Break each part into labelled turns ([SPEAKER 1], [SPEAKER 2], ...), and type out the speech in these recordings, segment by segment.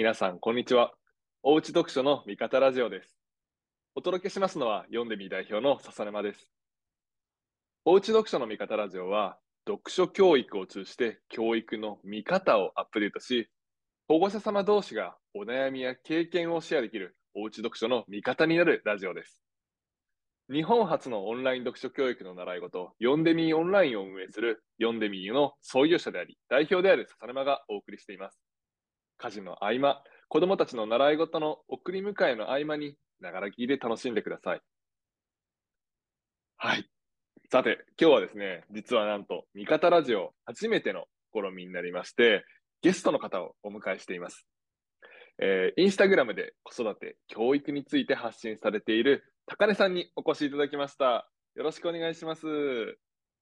[SPEAKER 1] 皆さん、こんにちは。おうち読書の味方ラジオです。お届けしますのは、読んでみ代表の笹沼です。おうち読書の味方ラジオは、読書教育を通じて教育の見方をアップデートし、保護者様同士がお悩みや経験をシェアできるおうち読書の味方になるラジオです。日本初のオンライン読書教育の習い事、読んでみーオンラインを運営する読んでみーの創業者であり、代表である笹沼がお送りしています。家事の合間、子供たちの習い事の送り迎えの合間に、ながら聞きで楽しんでください。はい。さて、今日はですね、実はなんと、味方ラジオ初めての試みになりまして、ゲストの方をお迎えしています。インスタグラムで子育て、教育について発信されている高根さんにお越しいただきました。よろしくお願いします。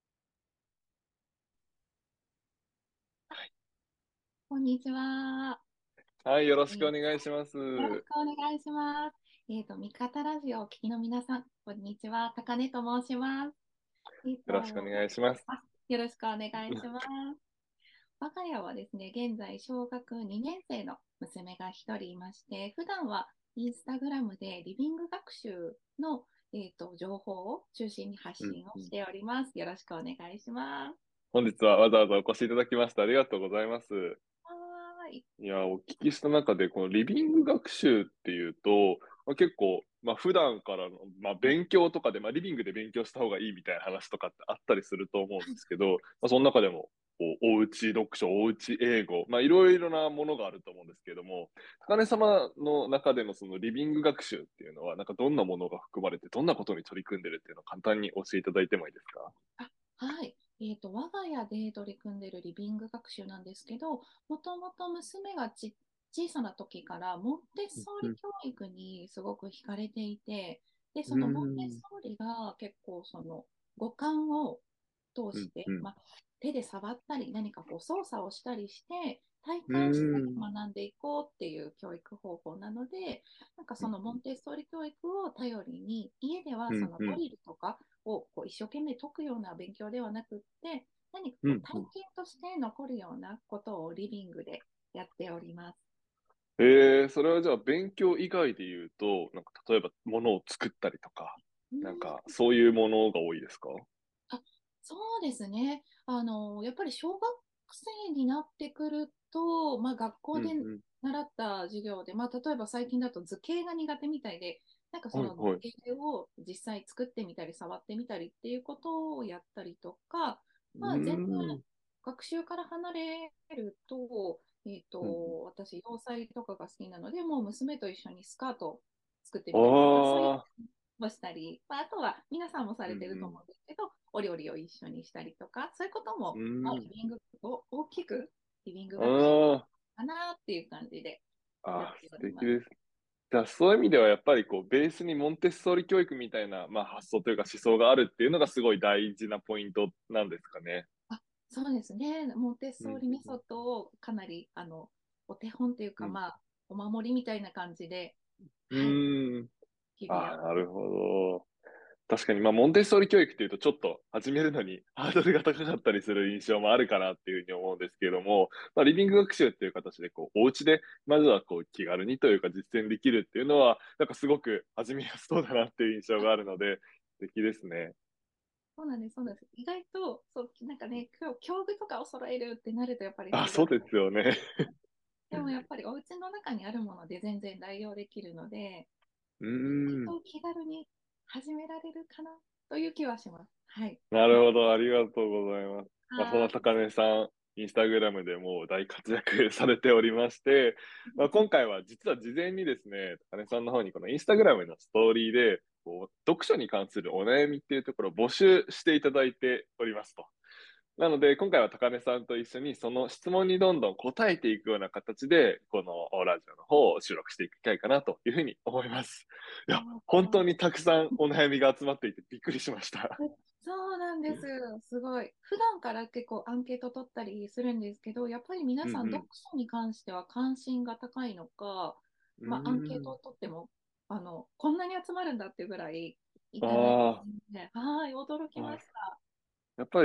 [SPEAKER 2] こんにちは。
[SPEAKER 1] はい、よろしくお
[SPEAKER 2] よ
[SPEAKER 1] 願いします。
[SPEAKER 2] ろしくお願いします。味方ラジオをお聞きの皆さん、こんにちは。高根と申します。
[SPEAKER 1] よろしくお願いします。
[SPEAKER 2] よろしくお願いします。我が家はですね、現在小学2年生の娘が一人いまして、普段はインスタグラムでリビング学習の、情報を中心に発
[SPEAKER 1] うんうん、
[SPEAKER 2] 信をしております。よろしくお願いします。
[SPEAKER 1] 本日はわざわざお越しいただきましてありがとうございます。
[SPEAKER 2] はーい。
[SPEAKER 1] いや、お聞きした中で、このリビング学習っていうと、結構、普段からの、勉強とかで、リビングで勉強した方がいいみたいな話とかってあったりすると思うんですけど、その中でも、おうち読書、おうち英語、いろいろなものがあると思うんですけれども、高根様の中でのそのリビング学習っていうのは、なんかどんなものが含まれて、どんなことに取り組んでるっていうのを簡単に教えていただいてもいいですか？
[SPEAKER 2] はい。我が家で取り組んでいるリビング学習なんですけど、もともと娘が小さな時からモンテッソー
[SPEAKER 1] うん
[SPEAKER 2] リ教育にすごく惹かれていて、で、
[SPEAKER 1] う
[SPEAKER 2] そのモンテッ
[SPEAKER 1] ん。
[SPEAKER 2] ソーリが結構その五感を通して、
[SPEAKER 1] うんうん
[SPEAKER 2] 手で触ったり何かこう操作をしたりして体
[SPEAKER 1] う
[SPEAKER 2] 感して
[SPEAKER 1] ん。
[SPEAKER 2] 学んでいこうっていう教育方法なので、なんかそのモンテッソーリ教育を頼りに家ではそのド
[SPEAKER 1] うんうん
[SPEAKER 2] リルとかをこう一生懸命解くような勉強ではなくって、何かこう体
[SPEAKER 1] うんうん。
[SPEAKER 2] 験として残るようなことをリビングでやっております。
[SPEAKER 1] それはじゃあ勉強以外で言うと、なんか例えば物を作ったりとか、
[SPEAKER 2] う
[SPEAKER 1] なんか
[SPEAKER 2] ん。
[SPEAKER 1] そういうものが多いですか？
[SPEAKER 2] あ、そうですね。やっぱり小学生になってくると、学校で
[SPEAKER 1] うんうん。
[SPEAKER 2] 習った授業で、例えば最近だと図形が苦手みたいで、なんかその図
[SPEAKER 1] はいはい。
[SPEAKER 2] 形を実際作ってみたり、触ってみたりっていうことをやったりとか、
[SPEAKER 1] う
[SPEAKER 2] 全然
[SPEAKER 1] ーん。
[SPEAKER 2] 学習から離れると、
[SPEAKER 1] うん
[SPEAKER 2] 私、洋裁とかが好きなので、もう娘と一緒にスカートを作って
[SPEAKER 1] う
[SPEAKER 2] みたりとか、そういう
[SPEAKER 1] ん。ああ。
[SPEAKER 2] をしたり、あとは皆さんもさ
[SPEAKER 1] うん
[SPEAKER 2] れてると思
[SPEAKER 1] うん。
[SPEAKER 2] うんですけど、お料理を一緒にしたりとか、そういうこと
[SPEAKER 1] う
[SPEAKER 2] も、
[SPEAKER 1] ーん。
[SPEAKER 2] リビングを大きくリビング学習
[SPEAKER 1] あ
[SPEAKER 2] かなっていう感じでやっ
[SPEAKER 1] あ。
[SPEAKER 2] てお
[SPEAKER 1] 素
[SPEAKER 2] ります。
[SPEAKER 1] 敵です。じゃあそういう意味ではやっぱりこうベースにモンテッソーリ教育みたいな、発想というか思想があるっていうのがすごい大事なポイントなんですかね。
[SPEAKER 2] あ、そうですね。モンテッ
[SPEAKER 1] うん
[SPEAKER 2] ソーリメソッドをかなり、お手本というか、
[SPEAKER 1] うん。
[SPEAKER 2] お守りみたいな感じで、
[SPEAKER 1] う
[SPEAKER 2] はい、
[SPEAKER 1] ん。
[SPEAKER 2] 日々や
[SPEAKER 1] ああ、なる
[SPEAKER 2] ってます。
[SPEAKER 1] ほど。確かに、モンテッソーリ教育っていうと、ちょっと始めるのにハードルが高かったりする印象もあるかなっていうふうに思うんですけれども、リビング学習っていう形で、こう、お家で、まずはこう、気軽にというか実践できるっていうのは、なんかすごく始めやすそうだなっていう印象
[SPEAKER 2] あ、
[SPEAKER 1] があるので、素敵ですね。
[SPEAKER 2] そうなんです、そうなんです。意外と、そう、なんかね、教具とかを揃えるってなると、やっぱり
[SPEAKER 1] あ、
[SPEAKER 2] ハードル
[SPEAKER 1] そうですよね。
[SPEAKER 2] でもやっぱりお家の中にあるもので全然代用できるので、
[SPEAKER 1] う
[SPEAKER 2] 意
[SPEAKER 1] ーん。
[SPEAKER 2] 外と気軽に始められるかなという気はします。はい。
[SPEAKER 1] なるほど、ありがとうございます。その
[SPEAKER 2] は
[SPEAKER 1] 高根さん、インスタグラムでもう大活躍されておりまして、今回は実は事前にですね、高根さんの方にこのインスタグラムのストーリーで、こう読書に関するお悩みっていうところを募集していただいておりますと。なので、今回は高根さんと一緒にその質問にどんどん答えていくような形で、このラジオの方を収録していく機会かなというふうに思います。いや、本当にたくさんお悩みが集まっていてびっくりしました。
[SPEAKER 2] そうなんです。すごい。普段から結構アンケート取ったりするんですけど、やっぱり皆さん読
[SPEAKER 1] うん
[SPEAKER 2] 書に関しては関心が高いのか、
[SPEAKER 1] うん。
[SPEAKER 2] アンケー
[SPEAKER 1] うーん。
[SPEAKER 2] トを取っても、こんなに集まるんだっていうぐらいいただいて
[SPEAKER 1] あ
[SPEAKER 2] るので、はい、驚きま
[SPEAKER 1] あ、
[SPEAKER 2] した。
[SPEAKER 1] やっぱり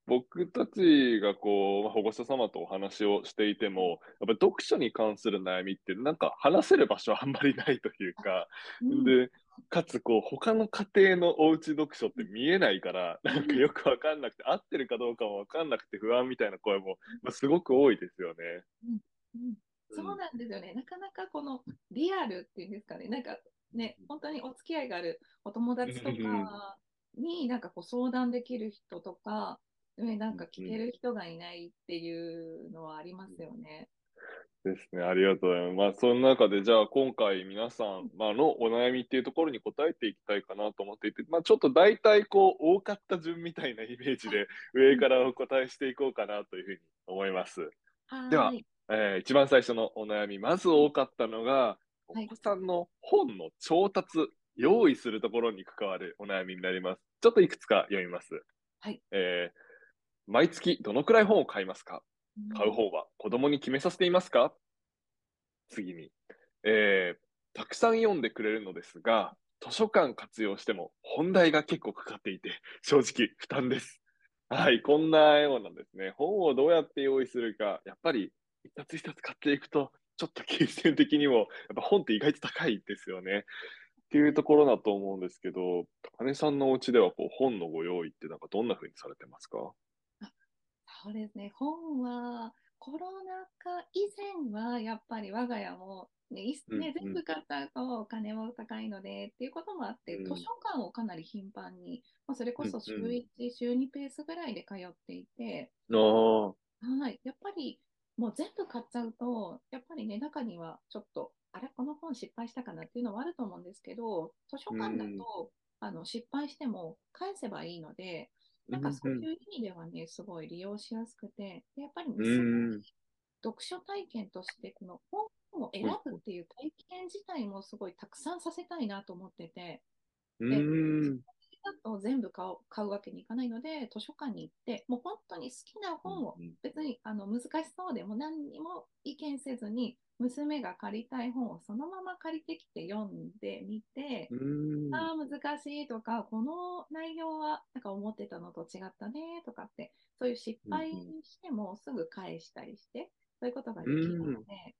[SPEAKER 1] 僕たちが保護者様とお話をしていても、やっぱり読書に関する悩みってなんか話せる場所はあんまりないというか、
[SPEAKER 2] うん、
[SPEAKER 1] で、かつ他の家庭のおうち読書って見えないから、なんか
[SPEAKER 2] うん、
[SPEAKER 1] よくわかんなくて、合ってるかどうかもわかんなくて不安みたいな声も、すごく多いですよね。
[SPEAKER 2] うん、うん、そう
[SPEAKER 1] うん。
[SPEAKER 2] なんですよね。なかなかこのリアルっていうんですかね、なんかね、本当にお付き合いがあるお友
[SPEAKER 1] う
[SPEAKER 2] 達と
[SPEAKER 1] ん。
[SPEAKER 2] かになんかこう相談できる人とか、ね、なんか聞
[SPEAKER 1] うん。
[SPEAKER 2] ける人がいないっていうのはありますよね。
[SPEAKER 1] ですね。ありがとうございます。まあ、その中で、じゃあ、今回皆さん、のお悩みっていうところに答えていきたいかなと思っていて、ちょっと大体、多かった順みたいなイメージで、上
[SPEAKER 2] うん、
[SPEAKER 1] からお答えしていこうかなというふうに思います。では、
[SPEAKER 2] はーい。
[SPEAKER 1] 一番最初のお悩み、まず多かったのが、お
[SPEAKER 2] はい。
[SPEAKER 1] 子さんの本の調達、用意するところに関わるお悩みになります。ちょっといくつか読みます。
[SPEAKER 2] はい。
[SPEAKER 1] え毎月どのくらい本を買いますか？買う
[SPEAKER 2] うん、
[SPEAKER 1] 方は子供に決めさせていますか？次に、たくさん読んでくれるのですが、図書館活用しても本題が結構かかっていて、正直負担です。はい、こんなようなんですね。本をどうやって用意するか、やっぱり一冊一冊買っていくと、ちょっと金銭的にも、やっぱ本って意外と高いですよね。っていうところだと思うんですけど、高根さんのお家では本のご用意ってなんかどんな風にされてますか？
[SPEAKER 2] あ、そうですね。本は、コロナ禍以前は、やっぱり我が家も、ね、ね、全
[SPEAKER 1] うんうん。
[SPEAKER 2] 部買ったとお金も高いのでっていうこともあって、図
[SPEAKER 1] うん
[SPEAKER 2] 書館をかなり頻繁に、それこ
[SPEAKER 1] うん
[SPEAKER 2] そ週
[SPEAKER 1] うん。
[SPEAKER 2] 1、週2ペースぐらいで通っていて、
[SPEAKER 1] ああ。
[SPEAKER 2] はい。やっぱり、もう全部買っちゃうと、やっぱりね、中にはちょっと、あれ、この本失敗したかなっていうのはあると思うんですけど、図書
[SPEAKER 1] う
[SPEAKER 2] 館だ
[SPEAKER 1] ん。
[SPEAKER 2] と、失敗しても返せばいいので、なんか
[SPEAKER 1] うんうん。
[SPEAKER 2] そういう意味ではね、すごい利用しやすくて、でやっぱり
[SPEAKER 1] う
[SPEAKER 2] 娘
[SPEAKER 1] ん。
[SPEAKER 2] に読書体験として、この本を選
[SPEAKER 1] はいはい。
[SPEAKER 2] ぶっていう体験自体もすごいたくさんさせたいなと思ってて、
[SPEAKER 1] う
[SPEAKER 2] で、
[SPEAKER 1] ん。
[SPEAKER 2] だと全部買うわけにいかないので、図書館に行って、もう本当に好きな
[SPEAKER 1] うん
[SPEAKER 2] 本を、
[SPEAKER 1] うん。
[SPEAKER 2] 別に難しそうでも何にも意見せずに、娘が借りたい本をそのまま借りてきて読んでみて、
[SPEAKER 1] うん。
[SPEAKER 2] ああ、難しいとか、この内容はなんか思ってたのと違ったねとかって、そういう失敗
[SPEAKER 1] うん。
[SPEAKER 2] してもすぐ返したりして、そういうことが
[SPEAKER 1] う
[SPEAKER 2] できるの
[SPEAKER 1] ん。
[SPEAKER 2] で、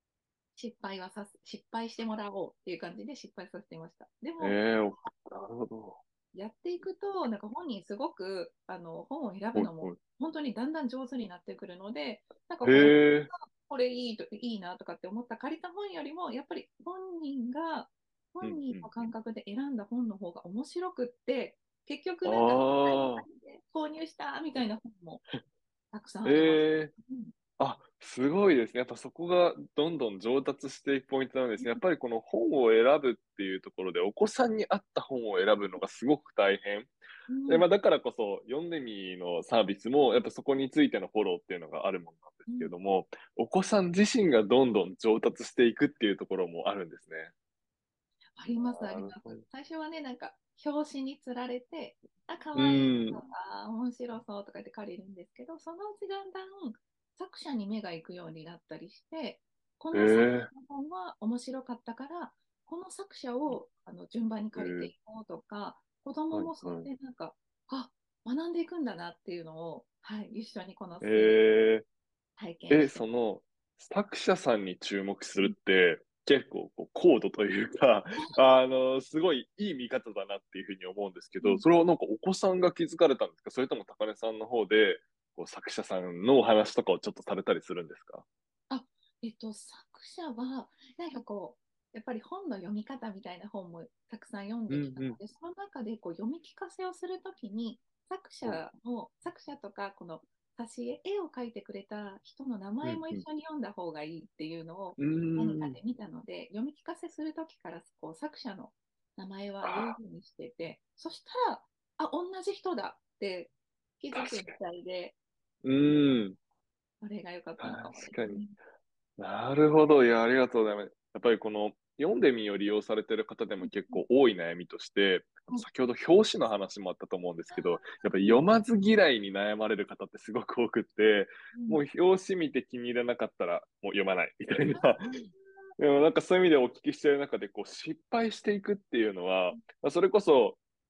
[SPEAKER 2] 失敗してもらおうっていう感じで失敗させていました。でも、
[SPEAKER 1] なるほど。
[SPEAKER 2] やっていくと、なんか本人すごく本を選ぶのも
[SPEAKER 1] はいは
[SPEAKER 2] 本当にだんだん上手になってくるので、なんか
[SPEAKER 1] い。へ
[SPEAKER 2] こう、私
[SPEAKER 1] え。
[SPEAKER 2] がこれいいなとかって思った借りた本よりも、やっぱり
[SPEAKER 1] うん
[SPEAKER 2] 本人の
[SPEAKER 1] うんうん。
[SPEAKER 2] 感覚で選んだ本の方が面白くって、結局
[SPEAKER 1] あ
[SPEAKER 2] なんか、
[SPEAKER 1] あ。
[SPEAKER 2] 購入したみたいな本もたくさんあります。
[SPEAKER 1] ええ。
[SPEAKER 2] うん、
[SPEAKER 1] あ、すごいですね。やっぱそこがどんどん上達していくポイントなんですね。やっぱりこの本を選ぶっていうところで、お子さんに合った本を選ぶのがすごく大変。で、
[SPEAKER 2] うん、
[SPEAKER 1] だからこそ、読んでみのサービスも、やっぱそこについてのフォローっていうのがあるものなんです
[SPEAKER 2] うん、
[SPEAKER 1] けれども、お子さん自身がどんどん上達していくっていうところもあるんですね。
[SPEAKER 2] あります、あります。
[SPEAKER 1] なるほど。
[SPEAKER 2] 最初はね、なんか、表紙につられて、あ、か
[SPEAKER 1] う
[SPEAKER 2] わいいと
[SPEAKER 1] ん。
[SPEAKER 2] か、面白そうとか言って借りるんですけど、そのうちだんだん作者に目が行くようになったりして、こ
[SPEAKER 1] え
[SPEAKER 2] の作
[SPEAKER 1] え。
[SPEAKER 2] 者の本は面白かったから、この作者を順番に借りてい
[SPEAKER 1] ええ。
[SPEAKER 2] こうとか、子供
[SPEAKER 1] はい
[SPEAKER 2] もそれ
[SPEAKER 1] はい。
[SPEAKER 2] でなんか、あ、学んでいくんだなっていうのを、はい、一緒にこの数
[SPEAKER 1] え
[SPEAKER 2] 体験
[SPEAKER 1] え。
[SPEAKER 2] して。
[SPEAKER 1] 作者さんに注目するって、結構高度というか、すごいいい見方だなっていうふうに思うんですけど、
[SPEAKER 2] うん、
[SPEAKER 1] それはなんかお子さんが気づかれたんですか？それとも高根さんの方で、作者さんのお話とかをちょっとされたりするんですか？
[SPEAKER 2] あ、作者は、なんかこう、やっぱり本の読み方みたいな本もたくさん読ん
[SPEAKER 1] うんうん。
[SPEAKER 2] できたので、その中でこう読み聞かせをするときに、作者とか、この絵を描いてくれた人の名前も一
[SPEAKER 1] うんうん。
[SPEAKER 2] 緒に読んだ方がいいっていうのを
[SPEAKER 1] うーん。
[SPEAKER 2] 何かで見たので、読み聞かせするときからこう作者の名前は言う
[SPEAKER 1] あ
[SPEAKER 2] ふうにしてて、そしたら、あ、同じ人だって気づくみ
[SPEAKER 1] 確か
[SPEAKER 2] たいで、
[SPEAKER 1] に。うーん。
[SPEAKER 2] それが良かったのかもで
[SPEAKER 1] 確かに。
[SPEAKER 2] すね。
[SPEAKER 1] なるほど。いや、ありがとうございます。やっぱり読んでみを利用されている方でも結構多い悩みとして、
[SPEAKER 2] はい。
[SPEAKER 1] 先ほど表紙の話もあったと思うんですけど、やっぱり
[SPEAKER 2] うん、
[SPEAKER 1] 読まず嫌いに悩まれる方ってすごく多くって、
[SPEAKER 2] うん、
[SPEAKER 1] もう表紙見て気に入らなかったらもう読まないみたいな。でもなんかそういう意味でお聞きしている中で、失敗していくっていうのは、それこそ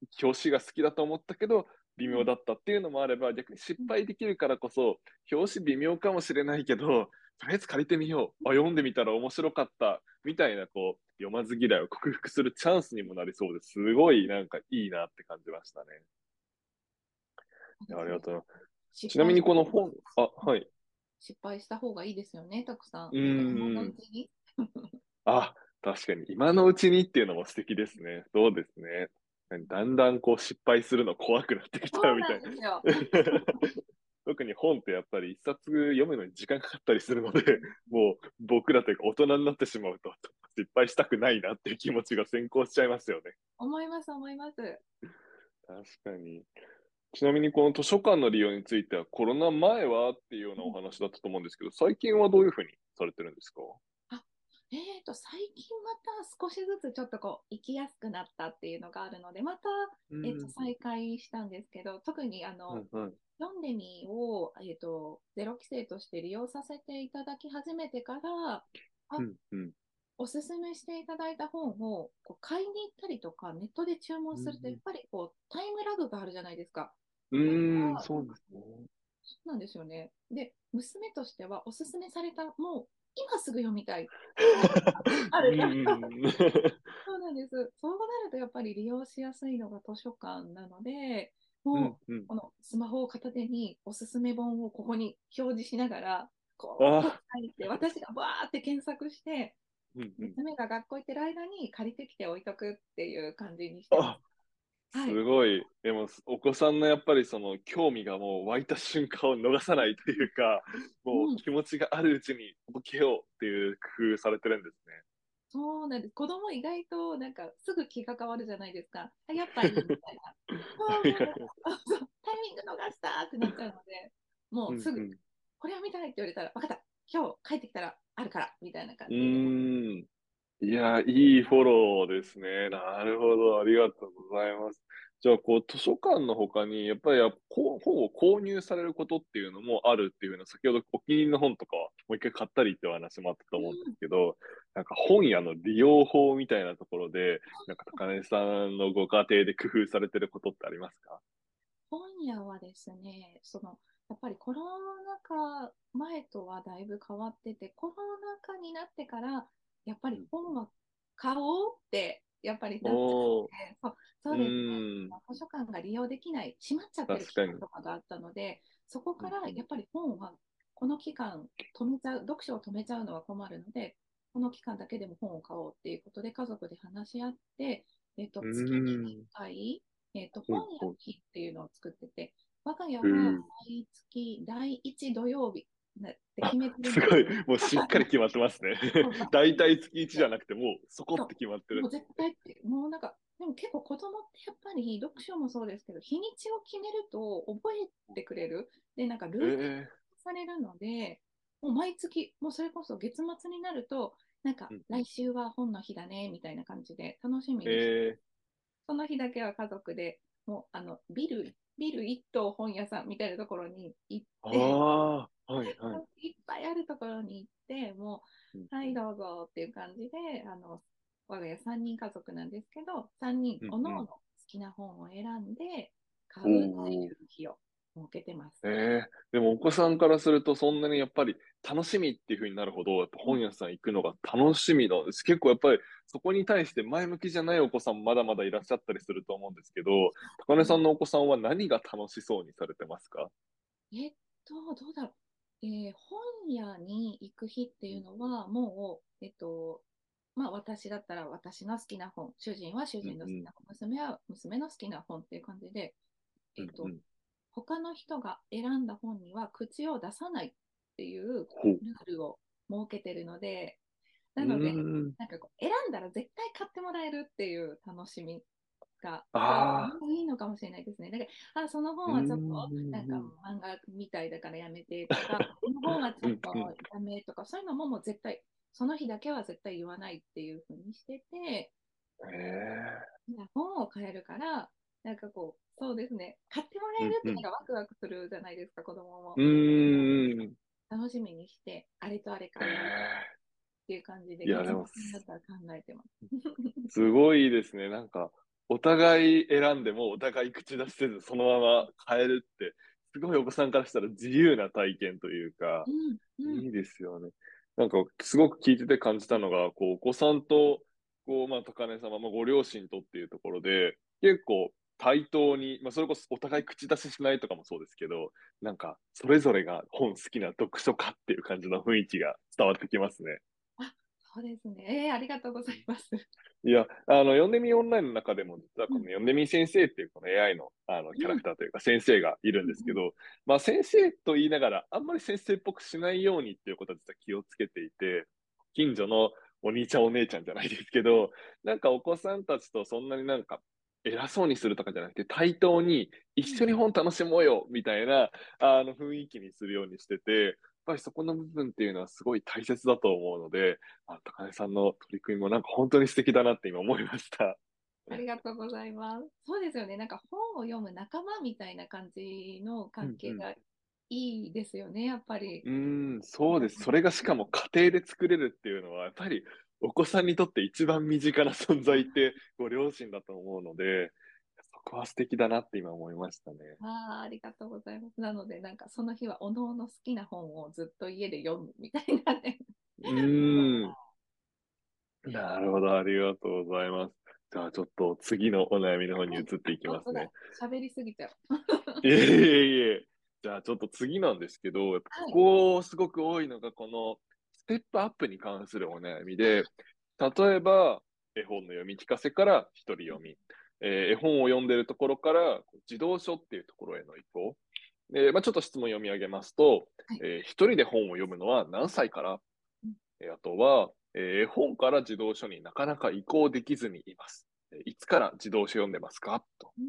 [SPEAKER 1] 表紙が好きだと思ったけど、微妙
[SPEAKER 2] うん、
[SPEAKER 1] だったっていうのもあれば、逆に失
[SPEAKER 2] うん、
[SPEAKER 1] 敗できるからこそ、表紙微妙かもしれないけど、とりあえず借りてみよう。あ、読んでみたら面白かった。みたいな、こう、読まず嫌いを克服するチャンスにもなりそうです。すごい、なんかいいなって感じましたね。いや、あ
[SPEAKER 2] そうですね。
[SPEAKER 1] りがとうございます。
[SPEAKER 2] 失敗し
[SPEAKER 1] ちなみにこの本、あ、はい。
[SPEAKER 2] 失敗した方がいいですよね、たくさん。
[SPEAKER 1] う
[SPEAKER 2] なんか今の
[SPEAKER 1] ーん。
[SPEAKER 2] うちに。
[SPEAKER 1] あ、確かに、今のうちにっていうのも素敵ですね。そうですね。だんだんこう失敗するの怖くなってきち
[SPEAKER 2] そうな
[SPEAKER 1] ゃうみたい。
[SPEAKER 2] んですよ。
[SPEAKER 1] 特に本ってやっぱり一冊読むのに時間かかったりするので、もう僕らというか大人になってしまうと失敗したくないなっていう気持ちが先行しちゃいますよね。
[SPEAKER 2] 思います、思います。
[SPEAKER 1] 確かに。ちなみにこの図書館の利用についてはコロナ前はっていうようなお話だったと思うんですけど、最近はどういうふうにされてるんですか？
[SPEAKER 2] あ、最近また少しずつちょっとこう、行きやすくなったっていうのがあるので、また、
[SPEAKER 1] うん。
[SPEAKER 2] 再開したんですけど、特に
[SPEAKER 1] はいはい。
[SPEAKER 2] 読んでみを、ゼロ規制として利用させていただき始めてから、あ、
[SPEAKER 1] うんうん。
[SPEAKER 2] おすすめしていただいた本をこう買いに行ったりとか、ネットで注文すると、やっ
[SPEAKER 1] うん
[SPEAKER 2] ぱりこうタイムラグがあるじゃないですか。
[SPEAKER 1] う
[SPEAKER 2] だか
[SPEAKER 1] ん。
[SPEAKER 2] ら、
[SPEAKER 1] そうですね。
[SPEAKER 2] そうなんですよね。で、娘としては、おすすめされた、もう今すぐ読みたい。あ
[SPEAKER 1] う
[SPEAKER 2] るから。
[SPEAKER 1] ん。
[SPEAKER 2] そうなんです。そうなると、やっぱり利用しやすいのが図書館なので、
[SPEAKER 1] うん
[SPEAKER 2] もう、
[SPEAKER 1] うん。
[SPEAKER 2] このスマホを片手におすすめ本をここに表示しながら、こう
[SPEAKER 1] あ、
[SPEAKER 2] 書いて、私がバーって検索して、
[SPEAKER 1] うんうん。
[SPEAKER 2] 娘が学校行ってる間に借りてきて置いとくっていう感じにしてます。
[SPEAKER 1] あ、
[SPEAKER 2] はい。
[SPEAKER 1] すごい。でも、お子さんのやっぱりその興味がもう湧いた瞬間を逃さないというか、もう
[SPEAKER 2] うん、
[SPEAKER 1] 気持ちがあるうちに届けようっていう工夫されてるんですね。
[SPEAKER 2] そうなんです。子供意外となんかすぐ気が変わるじゃないですか。あ、やっぱいいみたいな。もうなんか、そうタイミング逃したってなっちゃうので、もうすぐ、
[SPEAKER 1] うんうん。
[SPEAKER 2] これは見たいって言われたら、分かった、今日帰ってきたらあるからみたいな
[SPEAKER 1] う
[SPEAKER 2] 感じで。
[SPEAKER 1] ーん。いや、いいフォローですね。なるほど。ありがとうございます。じゃあ、こう、図書館の他に、やっぱり本を購入されることっていうのもあるっていうのは、先ほどお気に入りの本とかはもう一回買ったりってお話もあったと思うんです
[SPEAKER 2] うん、
[SPEAKER 1] けど、なんか本屋の利用法みたいなところで、なんか高根さんのご家庭で工夫されてることってありますか？
[SPEAKER 2] 本屋はですね、やっぱりコロナ禍前とはだいぶ変わってて、コロナ禍になってから、やっぱり
[SPEAKER 1] うん
[SPEAKER 2] 本は買おうって、やっぱりなっちゃっ
[SPEAKER 1] おー、
[SPEAKER 2] て、そう
[SPEAKER 1] う
[SPEAKER 2] ですね、
[SPEAKER 1] ーん、
[SPEAKER 2] 図書館が利用できない、閉まっちゃってる期
[SPEAKER 1] 確かに。
[SPEAKER 2] 間とかがあったので、そこ
[SPEAKER 1] うんうん
[SPEAKER 2] からやっぱり本は、この期間止めちゃう、読書を止めちゃうのは困るので、この期間だけでも本を買おうっていうことで家族で話し合って、
[SPEAKER 1] う
[SPEAKER 2] 月に
[SPEAKER 1] ーん、
[SPEAKER 2] 1回、本
[SPEAKER 1] ほいほい。
[SPEAKER 2] 屋の日っていうのを作ってて、我が家
[SPEAKER 1] へ
[SPEAKER 2] は
[SPEAKER 1] ー
[SPEAKER 2] 毎月第1土曜日って
[SPEAKER 1] あ、
[SPEAKER 2] 決めてるん
[SPEAKER 1] すごい。
[SPEAKER 2] ですけど、
[SPEAKER 1] もうしっかり決まってますね。
[SPEAKER 2] そうバ
[SPEAKER 1] 大体月1じゃ
[SPEAKER 2] ッ
[SPEAKER 1] なくて、もうそこっ
[SPEAKER 2] そ
[SPEAKER 1] て決まって
[SPEAKER 2] う、もう
[SPEAKER 1] る。
[SPEAKER 2] 絶対って、もうなんか、でも結構子供ってやっぱり読書もそうですけど、日にちを決めると覚えてくれる。で、なんかルーティン
[SPEAKER 1] ええ
[SPEAKER 2] 化されるので、もう毎月、もうそれこそ月末になると、なんか
[SPEAKER 1] うんうん。
[SPEAKER 2] 来週は本の日だね、みたいな感じで楽しみにして、
[SPEAKER 1] ええ
[SPEAKER 2] その日だけは家族でもうビル一棟本屋さんみたいなところに行っ
[SPEAKER 1] あ
[SPEAKER 2] て、
[SPEAKER 1] あ、はいはい。
[SPEAKER 2] いっぱいあるところに行って、もう、はい、
[SPEAKER 1] うんうん
[SPEAKER 2] どうぞっていう感じで、我が家3人家族なんですけど、3人
[SPEAKER 1] うんうん。
[SPEAKER 2] おのおの好きな本を選んで買
[SPEAKER 1] お
[SPEAKER 2] うってい
[SPEAKER 1] お。
[SPEAKER 2] う日を設けてます。
[SPEAKER 1] ええでもお子さんからするとそんなにやっぱり楽しみっていう風になるほど、やっぱ
[SPEAKER 2] うん、
[SPEAKER 1] 本屋さん行くのが楽しみなんです。結構やっぱりそこに対して前向きじゃないお子さんもまだまだいらっしゃったりすると思うんですけど、高根さんのお子さんは何が楽しそうにされてますか？
[SPEAKER 2] どうだろう。本屋に行く日っていうのは、もう、まあ、私だったら私の好きな本、主人は主
[SPEAKER 1] うんうん。
[SPEAKER 2] 人の好きな本、娘は娘の好きな本っていう感じで、えっと、
[SPEAKER 1] うんうん。
[SPEAKER 2] 他の人が選んだ本には口を出さないっていう
[SPEAKER 1] ほう。
[SPEAKER 2] ルールを設けてるので、
[SPEAKER 1] う
[SPEAKER 2] なので、
[SPEAKER 1] ーん。
[SPEAKER 2] なんかこう選んだら絶対買ってもらえるっていう楽しみが、それが
[SPEAKER 1] ああ。
[SPEAKER 2] いいのかもしれないですね。だから、あ、その
[SPEAKER 1] うー
[SPEAKER 2] 本はちょっとなんか
[SPEAKER 1] ん。
[SPEAKER 2] 漫画みたいだからやめてとか、この本はちょっと
[SPEAKER 1] うんうん。
[SPEAKER 2] ダメとか、そういうのももう絶対、その日だけは絶対言わないっていうふうにしてて、
[SPEAKER 1] へえ。
[SPEAKER 2] 本を買えるから、なんかこう、そうですね、買ってもらえるってなん
[SPEAKER 1] うんうん。
[SPEAKER 2] かワクワクするじゃないですか、子供も。
[SPEAKER 1] うーん。
[SPEAKER 2] 楽しみにして、あれとあれ
[SPEAKER 1] へ
[SPEAKER 2] 買いにっ
[SPEAKER 1] え。
[SPEAKER 2] ていう感じで、
[SPEAKER 1] いや、
[SPEAKER 2] 月末
[SPEAKER 1] でも、
[SPEAKER 2] になったら考えてます。
[SPEAKER 1] すごいですね。なんか、 お互い選んでもお互い口出しせずそのまま変えるって、すごいお子さんからしたら自由な体験というか、
[SPEAKER 2] うん、うん、
[SPEAKER 1] いいですよね。なんか、すごく聞いてて感じたのが、こう、お子さんと、こう、まあ、高根様、まあ、ご両親とっていうところで、結構対等に、まあ、それこそお互い口出ししないとかもそうですけど、なんか、それぞれが本好きな読書家っていう感じの雰囲気が伝わってきますね。
[SPEAKER 2] あ、そうですね。ありがとうございます。
[SPEAKER 1] いや、読んでみオンラインの中でも、実は
[SPEAKER 2] うん、
[SPEAKER 1] この読んでみ先生っていうこの AI の、キャラ
[SPEAKER 2] うん、
[SPEAKER 1] クターというか先生がいるんです
[SPEAKER 2] うん、
[SPEAKER 1] けど、まあ先生と言いながら、あんまり先生っぽくしないようにっていうことは実は気をつけていて、近所のお兄ちゃんお姉ちゃんじゃないですけど、なんかお子さんたちとそんなになんか偉そうにするとかじゃなくて、対等に一
[SPEAKER 2] うん。
[SPEAKER 1] 緒に本楽しもうよみたいな、雰囲気にするようにしてて、やっぱりそこの部分っていうのはすごい大切だと思うので、高根さんの取り組みもなんか本当に素敵だなって今思いました。
[SPEAKER 2] ありがとうございます。そうですよね。なんか本を読む仲間みたいな感じの
[SPEAKER 1] うんうん。
[SPEAKER 2] 関係がいいですよね、やっぱり。
[SPEAKER 1] そうです。それがしかも家庭で作れるっていうのは、やっぱりお子さんにとって一番身近な存在ってご両親だと思うので、そこは素敵だなって今思いましたね。
[SPEAKER 2] ありがとうございます。なので、なんかその日はおのおの好きな本をずっと家で読むみたいなね。
[SPEAKER 1] うーん。なるほど。ありがとうございます。じゃあちょっと次のお悩みの方に移
[SPEAKER 2] はい。
[SPEAKER 1] っていき
[SPEAKER 2] 本当だ。
[SPEAKER 1] ますね。
[SPEAKER 2] 喋りすぎちゃう。
[SPEAKER 1] いえいえいえ。じゃあちょっと次なんですけど、やっぱこ
[SPEAKER 2] はい。
[SPEAKER 1] こすごく多いのがこのステップアップに関するお悩みで、例えば絵本の読み聞かせから一人読み、絵本を読んでるところから児童書っていうところへの移行。まあ、ちょっと質問読み上げますと、
[SPEAKER 2] はい。
[SPEAKER 1] 一人で本を読むのは何歳から、あとは、絵本から児童書になかなか移行できずにいます。いつから児童書読んでますかと。
[SPEAKER 2] うん。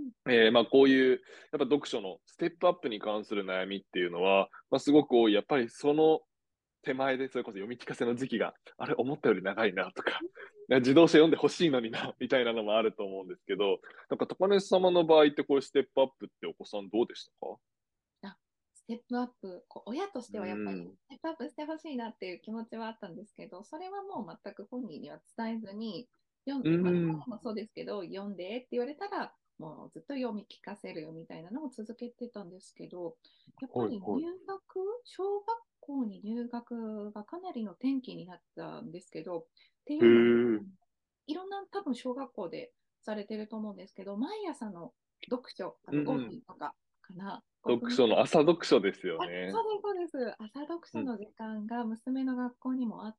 [SPEAKER 1] まあこういう、やっぱ読書のステップアップに関する悩みっていうのは、まあすごく多い。やっぱりその手前でそれこそ読み聞かせの時期が、あれ思ったより長いなとか、自動車読んでほしいのにな、みたいなのもあると思うんですけど、なんか高根様の場合ってこういうステップアップってお子さんどうでしたか？
[SPEAKER 2] あ、ステップアップ、親とし
[SPEAKER 1] う
[SPEAKER 2] てはやっぱり
[SPEAKER 1] ん。
[SPEAKER 2] ステップアップしてほしいなっていう気持ちはあったんですけど、それはもう全く本人には伝えずに、
[SPEAKER 1] う
[SPEAKER 2] まあ、今
[SPEAKER 1] ん。
[SPEAKER 2] でもそうですけど、読んでって言われたら、もうずっと読み聞かせるみたいなのを続けてたんですけど、やっぱり
[SPEAKER 1] はいはい。
[SPEAKER 2] 小学校に入学がかなりの転機になったんですけど、ってい
[SPEAKER 1] へ
[SPEAKER 2] うのも、
[SPEAKER 1] え。
[SPEAKER 2] いろんな多分小学校でされてると思うんですけど、毎朝の読書、5
[SPEAKER 1] うんうん。
[SPEAKER 2] 分とかかな、5
[SPEAKER 1] 読書の朝読書ですよね。
[SPEAKER 2] そうです、そうです。朝読書
[SPEAKER 1] うん。
[SPEAKER 2] の時間が娘の学校にもあって、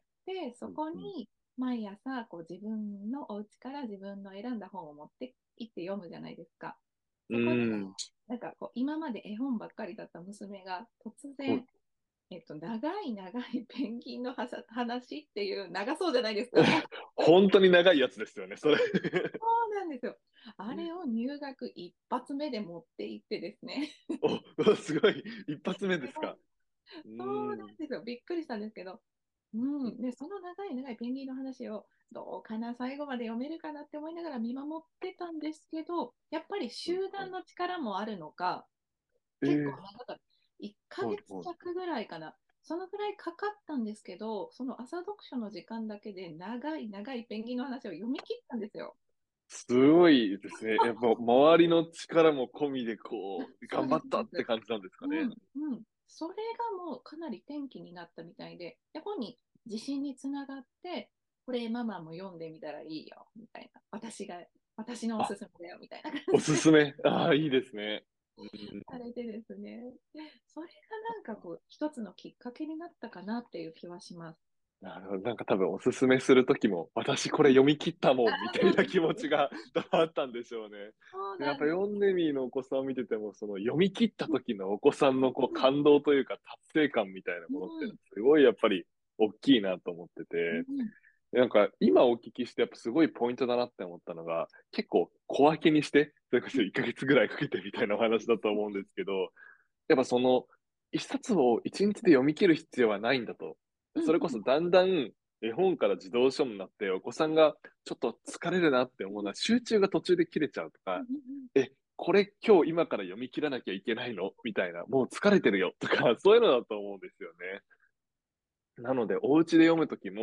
[SPEAKER 2] で、そ
[SPEAKER 1] うんうん。
[SPEAKER 2] こに毎朝自分のお家から自分の選んだ本を持って行って読むじゃないですか。
[SPEAKER 1] う
[SPEAKER 2] そこで、
[SPEAKER 1] ん。
[SPEAKER 2] なんか今まで絵本ばっかりだった娘が突
[SPEAKER 1] はい。
[SPEAKER 2] 然、長い長いペンギンの話っていう、長そうじゃないですか。
[SPEAKER 1] 本当に長いやつですよね、それ。
[SPEAKER 2] そうなんですよ。あれを入学一発目で持って行ってですね。
[SPEAKER 1] すごい。一発目ですか。う
[SPEAKER 2] そう
[SPEAKER 1] ん。
[SPEAKER 2] なんですよ。びっくりしたんですけど、で、その長い長いペンギンの話をどうかな、最後まで読めるかなって思いながら見守ってたんですけど、やっぱり集団の力もあるのか、結構
[SPEAKER 1] ええ
[SPEAKER 2] 長かった。1ヶ
[SPEAKER 1] はいはい。
[SPEAKER 2] 月弱ぐらいかな。そのぐらいかかったんですけど、その朝読書の時間だけで長い長いペンギンの話を読み切ったんですよ。
[SPEAKER 1] すごいですね。やっぱ周りの力も込みでこう、
[SPEAKER 2] そうです、
[SPEAKER 1] 頑張った
[SPEAKER 2] そうです。
[SPEAKER 1] って感じなんですかね。
[SPEAKER 2] それがもうかなり転機になったみたいで、本に自信につながって、これママも読んでみたらいいよ、みたいな。私のお
[SPEAKER 1] あ、
[SPEAKER 2] すすめだよ、みたいな感
[SPEAKER 1] お
[SPEAKER 2] じで
[SPEAKER 1] すすめ。ああ、いいですね。うん、
[SPEAKER 2] されてですね。それがなんか一つのきっかけになったかなっていう気はします。
[SPEAKER 1] なるほど。なんか多分おすすめするときも、私これ読み切ったもん、みたいな気持ちがあったんでしょうね。
[SPEAKER 2] そう
[SPEAKER 1] でやっ
[SPEAKER 2] なんです。
[SPEAKER 1] ぱヨンネミーのお子さんを見てても、その読み切った時のお子さんのこう
[SPEAKER 2] うん
[SPEAKER 1] 感動というか達成感みたいなものっていうのはすごいやっぱり大きいなと思ってて、
[SPEAKER 2] うん
[SPEAKER 1] なんか今お聞きしてやっぱすごいポイントだなって思ったのが、結構小分けにして、それこそ1ヶ月ぐらいかけてみたいなお話だと思うんですけど、やっぱその一冊を一日で読み切る必要はないんだと。
[SPEAKER 2] うんうん
[SPEAKER 1] それこそだんだん絵本から児童書になってお子さんがちょっと疲れるなって思うのは集中が途中で切れちゃうとか、
[SPEAKER 2] うん
[SPEAKER 1] これ今日今から読み切らなきゃいけないのみたいな、もう疲れてるよとか、そういうのだと思うんですよね。なので、お家で読むときも、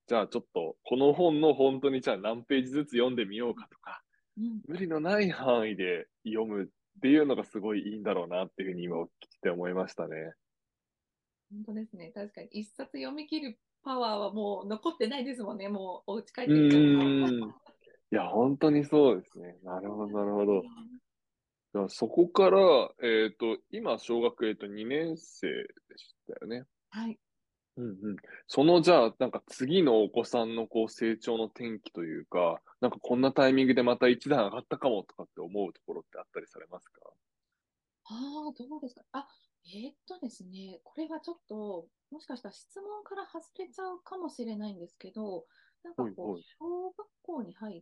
[SPEAKER 1] じゃあちょっと、この本の本当にじゃあ何ページずつ読んでみようかとか、
[SPEAKER 2] うん、
[SPEAKER 1] 無理のない範囲で読むっていうのがすごいいいんだろうなっていうふうに今聞いて思いましたね。
[SPEAKER 2] 本当ですね。確かに一冊読み切るパワーはもう残ってないですもんね。もうお家帰っ
[SPEAKER 1] う
[SPEAKER 2] てきちゃうと。
[SPEAKER 1] ーん。いや、本当にそうですね。なるほど、
[SPEAKER 2] そうなんで
[SPEAKER 1] なるほど。
[SPEAKER 2] すね。
[SPEAKER 1] じゃあそこから、今、小学、2年生でしたよね。
[SPEAKER 2] はい。
[SPEAKER 1] うんうん。その、じゃあ、なんか次のお子さんのこう成長の転機というか、なんかこんなタイミングでまた一段上がったかもとかって思うところってあったりされますか？
[SPEAKER 2] ああ、どうですか。あ、ですね、これはちょっと、もしかしたら質問から外れちゃうかもしれないんですけど、なんかこう、
[SPEAKER 1] はいはい。
[SPEAKER 2] 小学校に入って、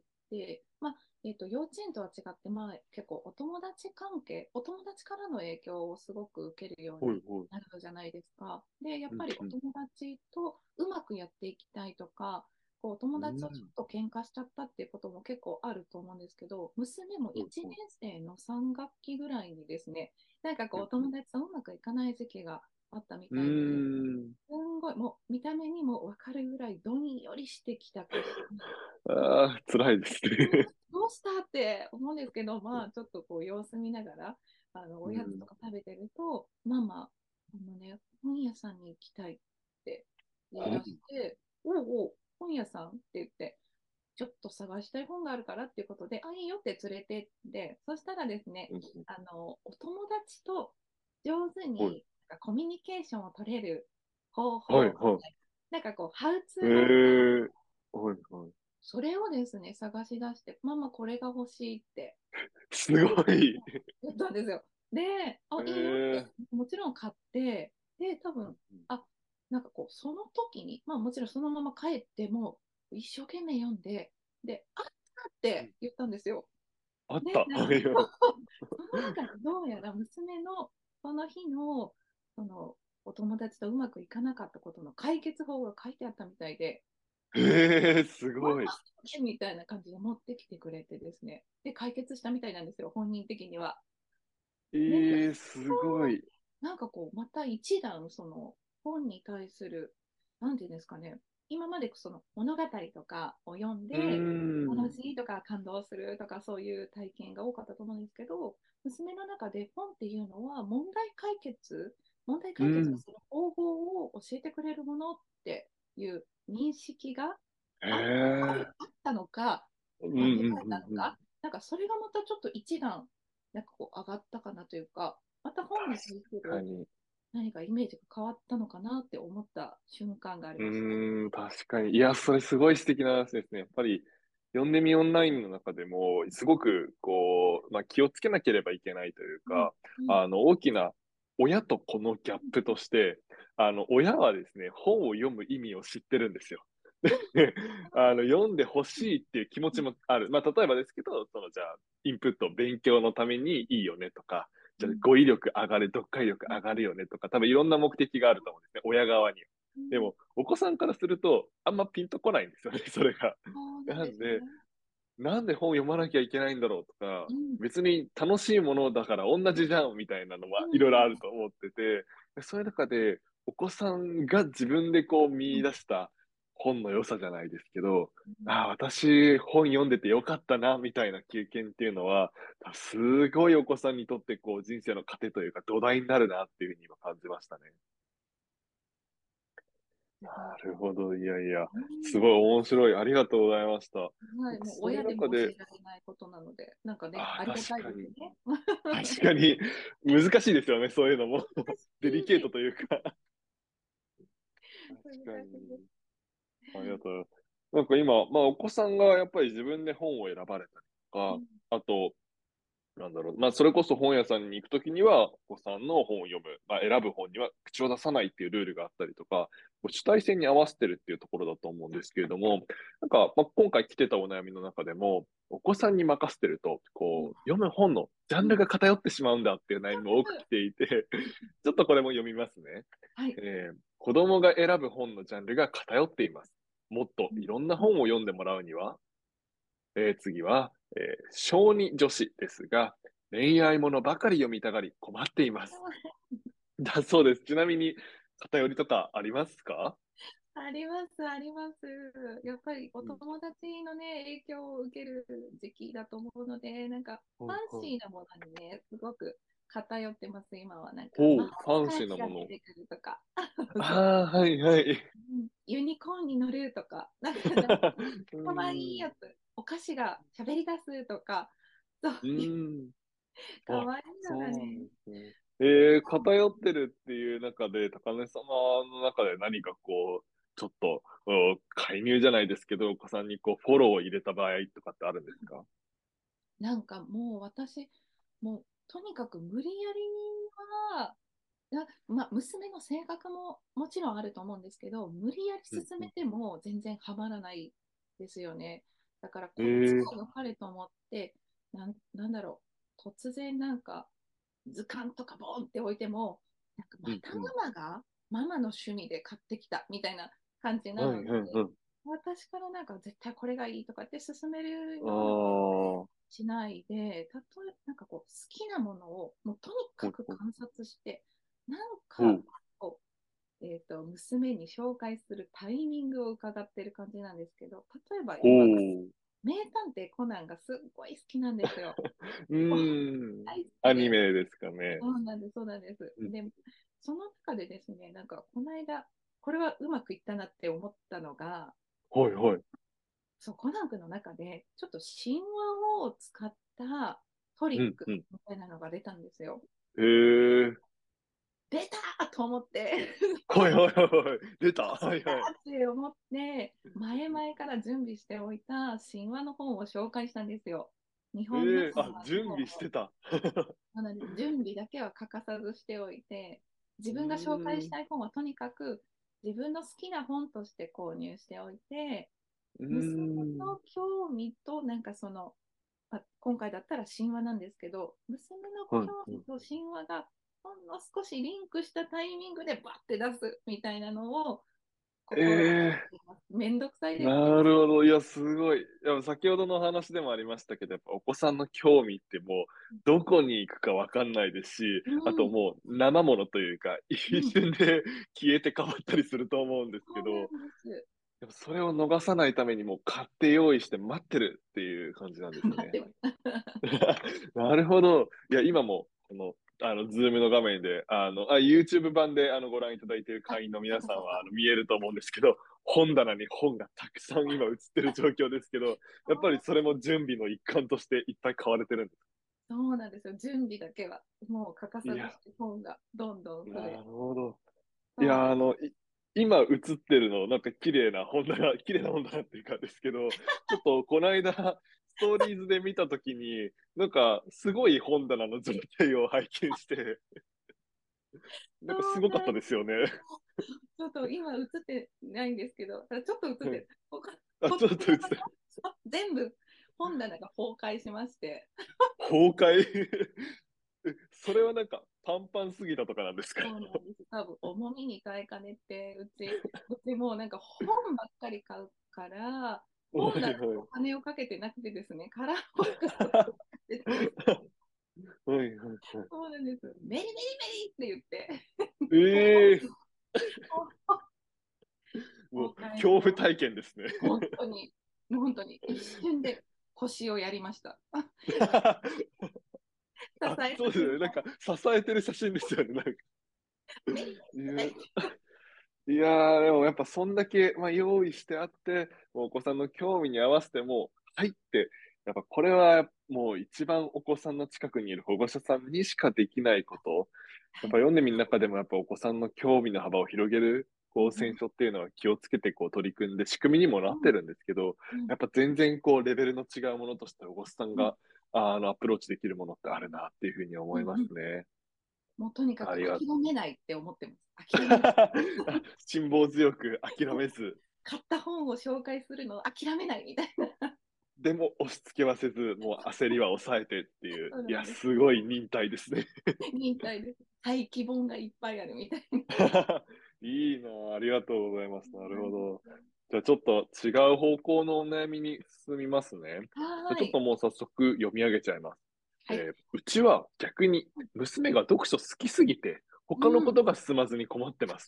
[SPEAKER 2] 幼稚園とは違って、結構お友達関係、お友達からの影響をすごく受けるように
[SPEAKER 1] はいはい。
[SPEAKER 2] なるじゃないですか。で、やっぱりお
[SPEAKER 1] うんうん。
[SPEAKER 2] 友達とうまくやっていきたいとか、こうお友達とちょ
[SPEAKER 1] うん。
[SPEAKER 2] っと喧嘩しちゃったっていうことも結構あると思うんですけど、娘も1年
[SPEAKER 1] はいはい。
[SPEAKER 2] 生の3学期ぐらいにですね、なんかこう、お
[SPEAKER 1] うんうん。
[SPEAKER 2] 友達とうまくいかない時期があったみ
[SPEAKER 1] うー
[SPEAKER 2] たいで、
[SPEAKER 1] ん。
[SPEAKER 2] すんごい、もう見た目にも分かるぐらいどんよりしてきたくって、
[SPEAKER 1] ああ、辛いですね。
[SPEAKER 2] どうしたって思うんですけど、ちょっとこう様子見ながら、おやつと
[SPEAKER 1] うん。
[SPEAKER 2] か食べてると、ママ、本屋さんに行きたいって言い出し
[SPEAKER 1] 本。
[SPEAKER 2] て、おうおう、本屋さんって言って、ちょっと探したい本があるからっていうことで、あ、いいよって連れてって、そしたらですね、
[SPEAKER 1] うんうん。
[SPEAKER 2] お友達と上手
[SPEAKER 1] はい。
[SPEAKER 2] にコミュニケーションを取れる方法
[SPEAKER 1] はいは
[SPEAKER 2] みたいな、なんかこう、ハウツ
[SPEAKER 1] い。
[SPEAKER 2] ー本みたいな、
[SPEAKER 1] はいはい。
[SPEAKER 2] それをですね、探し出して、ママこれが欲しいって
[SPEAKER 1] すごい。
[SPEAKER 2] 言ったんですよ。で、あ、いいよって、
[SPEAKER 1] ええ。
[SPEAKER 2] もちろん買って、で、多分、あ、なんかこう、その時に、もちろんそのまま帰っても、一生懸命読んで、で、あったっ
[SPEAKER 1] うん。
[SPEAKER 2] て言ったんですよ。で、
[SPEAKER 1] あった。はいはい。
[SPEAKER 2] その中にどうやら娘のその日の、その、お友達とうまくいかなかったことの解決法が書いてあったみたいで、
[SPEAKER 1] ええ、す
[SPEAKER 2] ママ
[SPEAKER 1] ごい。
[SPEAKER 2] みたいな感じで持ってきてくれてですね、で、解決したみたいなんですよ、本人的には。で、
[SPEAKER 1] ええ、すごい。
[SPEAKER 2] なんかこう、また一段、その本に対する、なんていうんですかね、今までその物語とかを読ん
[SPEAKER 1] うー
[SPEAKER 2] で、楽
[SPEAKER 1] ん。
[SPEAKER 2] しいとか感動するとかそういう体験が多かったと思うんですけど、娘の中で本っていうのは問題解決を
[SPEAKER 1] うん。
[SPEAKER 2] する方法を教えてくれるものっていう認識が
[SPEAKER 1] へえ。
[SPEAKER 2] あったのか、
[SPEAKER 1] うんうん
[SPEAKER 2] 芽生えたの
[SPEAKER 1] うんうん。
[SPEAKER 2] か、なんかそれがまたちょっと一段、なんかこう上がったかなというか、また本に対する
[SPEAKER 1] 確かに。
[SPEAKER 2] 何かイメージが変わったのかなって思った瞬間があり
[SPEAKER 1] う
[SPEAKER 2] ました。
[SPEAKER 1] ーん、確かに。いや、それすごい素敵な話ですね。やっぱり、読んでみオンラインの中でも、すごく、まあ、気をつけなければいけないという
[SPEAKER 2] うん、
[SPEAKER 1] か、
[SPEAKER 2] うん、
[SPEAKER 1] 大きな親と子のギャップとして、親はですね、本を読む意味を知ってるんですよ。読んでほしいっていう気持ちもある。まあ、例えばですけど、じゃあ、インプット、勉強のためにいいよねとか、じゃあ、
[SPEAKER 2] うん、
[SPEAKER 1] 語彙力上がる、読解力上がるよねとか、多分いろんな目的があると思うんですね、親側には。
[SPEAKER 2] うん、
[SPEAKER 1] でも、お子さんからすると、あんまピンとこないんですよね、それが。
[SPEAKER 2] そうなんですね。
[SPEAKER 1] なんで、なんで本読まなきゃいけないんだろうとか、
[SPEAKER 2] うん、
[SPEAKER 1] 別に楽しいものだから同じじゃんみたいなの
[SPEAKER 2] う
[SPEAKER 1] はいろいろある
[SPEAKER 2] ん、
[SPEAKER 1] と思ってて、そういう中でお子さんが自分でこう
[SPEAKER 2] うん、
[SPEAKER 1] 見出した本の良さじゃないですけど、
[SPEAKER 2] うん、
[SPEAKER 1] ああ、私本読んでてよかったなみたいな経験っていうのは、すごいお子さんにとってこう人生の糧というか土台になるなっていうふうに今感じましたね。な
[SPEAKER 2] すごい。
[SPEAKER 1] るほど。いやいや、
[SPEAKER 2] うん、
[SPEAKER 1] すごい面白い。ありがとうございました。
[SPEAKER 2] はい、もう
[SPEAKER 1] そういう
[SPEAKER 2] 親でも教え
[SPEAKER 1] 中で、
[SPEAKER 2] られないことなので、なんかね、
[SPEAKER 1] ああ、
[SPEAKER 2] ありがたい
[SPEAKER 1] 確かに。
[SPEAKER 2] ですね。
[SPEAKER 1] 確かに、難しいですよね、そういうのも。
[SPEAKER 2] 難し
[SPEAKER 1] デリケート
[SPEAKER 2] い。
[SPEAKER 1] というか。確
[SPEAKER 2] 難し
[SPEAKER 1] かに。
[SPEAKER 2] いです。
[SPEAKER 1] ありがとうございます。なんか今、まあお子さんがやっぱり自分で本を選ばれたりとか、
[SPEAKER 2] うん、
[SPEAKER 1] あと、なんだろう。まあ、それこそ本屋さんに行くときには、お子さんの本を読む。まあ、選ぶ本には口を出さないっていうルールがあったりとか、こう主体性に合わせてるっていうところだと思うんですけれども、なんか、まあ、今回来てたお悩みの中でも、お子さんに任せてると、
[SPEAKER 2] うん、
[SPEAKER 1] 読む本のジャン
[SPEAKER 2] うん、
[SPEAKER 1] ルが偏ってしまうんだっていう悩みも多く来ていて、ちょっとこれも読みますね。
[SPEAKER 2] はい。
[SPEAKER 1] 子供が選ぶ本のジャンルが偏っています。もっと
[SPEAKER 2] うん、
[SPEAKER 1] いろんな本を読んでもらうには、次は、小児女子ですが、恋愛ものばかり読みたがり困っています。だそうです。ちなみに、偏りとかありますか？
[SPEAKER 2] あります、あります。やっぱりお
[SPEAKER 1] うん。
[SPEAKER 2] 友達のね、影響を受ける時期だと思うので、なんかファン
[SPEAKER 1] はいはい。
[SPEAKER 2] シーなものにね、すごく偏ってます、今は。なんか魔
[SPEAKER 1] ほう、フ
[SPEAKER 2] 法
[SPEAKER 1] ァン
[SPEAKER 2] 使いが
[SPEAKER 1] シーなもの。
[SPEAKER 2] 出てくるとか、そう、
[SPEAKER 1] ああ、はいはい。
[SPEAKER 2] ユニコーンに乗るとか、
[SPEAKER 1] う
[SPEAKER 2] かわいい
[SPEAKER 1] ん。
[SPEAKER 2] やつ、お菓子が喋り出すとか、そう
[SPEAKER 1] う
[SPEAKER 2] いう
[SPEAKER 1] ん。
[SPEAKER 2] か
[SPEAKER 1] あ、
[SPEAKER 2] わいいのが
[SPEAKER 1] そうなん
[SPEAKER 2] ね、
[SPEAKER 1] ですね。偏ってるっていう中で、高根様の中で何かこう、ちょっと、介入じゃないですけど、お子さんにこう、フォローを入れた場合とかってあるんですか？
[SPEAKER 2] なんかもう私、もうとにかく無理やりは、まあ、娘の性格ももちろんあると思うんですけど、無理やり
[SPEAKER 1] うんうん。
[SPEAKER 2] 進めても全然ハマらないですよね。だから
[SPEAKER 1] え
[SPEAKER 2] こっち
[SPEAKER 1] ー、
[SPEAKER 2] が良かれと思って、なんだろう、突然なんか図鑑とかボンって置いても、なんかまた
[SPEAKER 1] うんうん。
[SPEAKER 2] ママがママの趣味で買ってきたみたいな感じな
[SPEAKER 1] はい
[SPEAKER 2] ので、
[SPEAKER 1] はいはい。
[SPEAKER 2] 私からなんか絶対これがいいとかって勧める
[SPEAKER 1] あ
[SPEAKER 2] ような
[SPEAKER 1] あ、
[SPEAKER 2] しないで、なんかこう、好きなものをもうとにか
[SPEAKER 1] ほうほう
[SPEAKER 2] く観察して、なんか
[SPEAKER 1] ほう
[SPEAKER 2] こう、娘に紹介するタイミングを伺ってる感じなんですけど、例えば
[SPEAKER 1] ほ
[SPEAKER 2] 今、
[SPEAKER 1] う。
[SPEAKER 2] 名探偵コナンがすっごい好きなんですよ。
[SPEAKER 1] うーん。
[SPEAKER 2] 大好きで。
[SPEAKER 1] アニメですかね。
[SPEAKER 2] そうなんです、そうなんです。
[SPEAKER 1] うん。
[SPEAKER 2] で、その中でですね、なんかこの間、これはうまくいったなって思ったのが、
[SPEAKER 1] はいはい。
[SPEAKER 2] そう、コナン君の中で、ちょっと神話を使ったトリック
[SPEAKER 1] うんうん。
[SPEAKER 2] みたいなのが出たんですよ。
[SPEAKER 1] へえ。
[SPEAKER 2] 出たと思って、
[SPEAKER 1] はいはいはいはい。出た。
[SPEAKER 2] よし
[SPEAKER 1] はいはい。
[SPEAKER 2] って思って、前々から準備しておいた神話の本を紹介したんですよ。日本の
[SPEAKER 1] あ、準
[SPEAKER 2] 神話の
[SPEAKER 1] 備してた。
[SPEAKER 2] なので準備だけは欠かさずしておいて、自
[SPEAKER 1] う
[SPEAKER 2] 分が紹介
[SPEAKER 1] ーん。
[SPEAKER 2] したい本はとにかく自分の好きな本として購入しておいて、
[SPEAKER 1] うー
[SPEAKER 2] 娘
[SPEAKER 1] ん。
[SPEAKER 2] の興味と、なんかその、今回だったら神話なんですけど、娘の
[SPEAKER 1] はい
[SPEAKER 2] 興味
[SPEAKER 1] はい。
[SPEAKER 2] と神話がほんの少しリンクしたタイミングでバッて出すみたいなのを心がけ
[SPEAKER 1] ええ、
[SPEAKER 2] ています。めんどくさいですけど。
[SPEAKER 1] なるほど。いや、すごい。いや、先ほどの話でもありましたけど、やっぱお子さんの興味ってもう、どこに行くかわかんないですし、
[SPEAKER 2] う
[SPEAKER 1] あと
[SPEAKER 2] ん、
[SPEAKER 1] もう生ものというか、一
[SPEAKER 2] うん、
[SPEAKER 1] 瞬で消えて変わったりすると思うんですけ
[SPEAKER 2] そうな
[SPEAKER 1] ど、
[SPEAKER 2] んです。
[SPEAKER 1] でもそれを逃さないためにもう買って用意して待ってるっていう感じなんですね。
[SPEAKER 2] 待ってます。
[SPEAKER 1] なるほど。いや、今も、ズームの画面で、YouTube 版で、ご覧いただいている
[SPEAKER 2] あ、
[SPEAKER 1] 会員の皆さんは、
[SPEAKER 2] そうかそうか。
[SPEAKER 1] 見えると思うんですけど、本棚に本がたくさん今映ってる状況ですけど、やっぱりそれも準備の一環としていっぱい買われてるんです。
[SPEAKER 2] そうなんですよ。準備だけはもう欠か
[SPEAKER 1] いや、
[SPEAKER 2] さずして本がどんどん増え。
[SPEAKER 1] なるほど。いや、
[SPEAKER 2] そうです。
[SPEAKER 1] 今映ってるの、なんか綺麗な本棚っていうかですけど、ちょっとこの間、ストーリーズで見たときに、なんかすごい本棚の状態を拝見して、なんかすごかっ
[SPEAKER 2] そうなんで
[SPEAKER 1] たですよね。
[SPEAKER 2] す。ちょっと今映ってないんですけど、ちょっと映ってる。
[SPEAKER 1] あ、ちょっ
[SPEAKER 2] こちら
[SPEAKER 1] と映ってる。
[SPEAKER 2] が全部本棚が崩壊しまして、
[SPEAKER 1] 崩壊。それはなんかパンパンすぎたとかなんですか？
[SPEAKER 2] そうなんです。多分重みに耐えかねって、うちもうなんか本ばっかり買うから、
[SPEAKER 1] は
[SPEAKER 2] 本棚に
[SPEAKER 1] いはい。
[SPEAKER 2] お金をかけてなくてですね、カラーボックスを買ってたんです。
[SPEAKER 1] はいはいはい。
[SPEAKER 2] そうなんです。メリメリメリって言って、
[SPEAKER 1] ええ、もう
[SPEAKER 2] 崩壊し
[SPEAKER 1] 恐怖
[SPEAKER 2] ました。
[SPEAKER 1] 体験ですね。
[SPEAKER 2] 本当に、もう本当に一瞬で腰をやりました。支
[SPEAKER 1] あ、
[SPEAKER 2] えた
[SPEAKER 1] そうですね。なん
[SPEAKER 2] 瞬間、
[SPEAKER 1] か支えてる写真ですよね。なんか
[SPEAKER 2] メリメリメリ。
[SPEAKER 1] いやー、でもやっぱそんだけ、用意してあって、もうお子さんの興味に合わせてもう入って、やっぱこれはもう一番お子さんの近くにいる保護者さんにしかできないこと。や
[SPEAKER 2] はい。
[SPEAKER 1] っぱ読んでみる中でもやっぱお子さんの興味の幅を広げる、こう、
[SPEAKER 2] うん
[SPEAKER 1] 選書っていうのは気をつけてこう取り組んで仕組みにもな
[SPEAKER 2] うん
[SPEAKER 1] ってるんですけど、
[SPEAKER 2] うん
[SPEAKER 1] やっぱ全然こうレベルの違うものとしてお子さん
[SPEAKER 2] うん
[SPEAKER 1] が、アプローチできるものってあるなっていうふうに思いま
[SPEAKER 2] うんうん。
[SPEAKER 1] すね。
[SPEAKER 2] もうとにかく諦
[SPEAKER 1] ありがとう。
[SPEAKER 2] めないって思ってます。諦めない。
[SPEAKER 1] 辛抱強く諦めず、
[SPEAKER 2] 買った本を紹介するのを諦めないみたいな。
[SPEAKER 1] でも押し付けはせず、もう焦りは抑えてっていう、いや、
[SPEAKER 2] そうなんです。
[SPEAKER 1] すごい忍耐ですね。
[SPEAKER 2] 忍耐です。待機本がいっぱいあるみたいな。
[SPEAKER 1] いいな、ありがとうございます。なる
[SPEAKER 2] なんで
[SPEAKER 1] ほど。
[SPEAKER 2] す。
[SPEAKER 1] じゃあちょっと違う方向のお悩みに進みますね。じゃあ
[SPEAKER 2] はーい。
[SPEAKER 1] ちょっともう早速読み上げちゃいます。
[SPEAKER 2] はい。
[SPEAKER 1] うちは逆に娘が読書好きすぎて、他の
[SPEAKER 2] うん。
[SPEAKER 1] ことが進まずに困ってますと。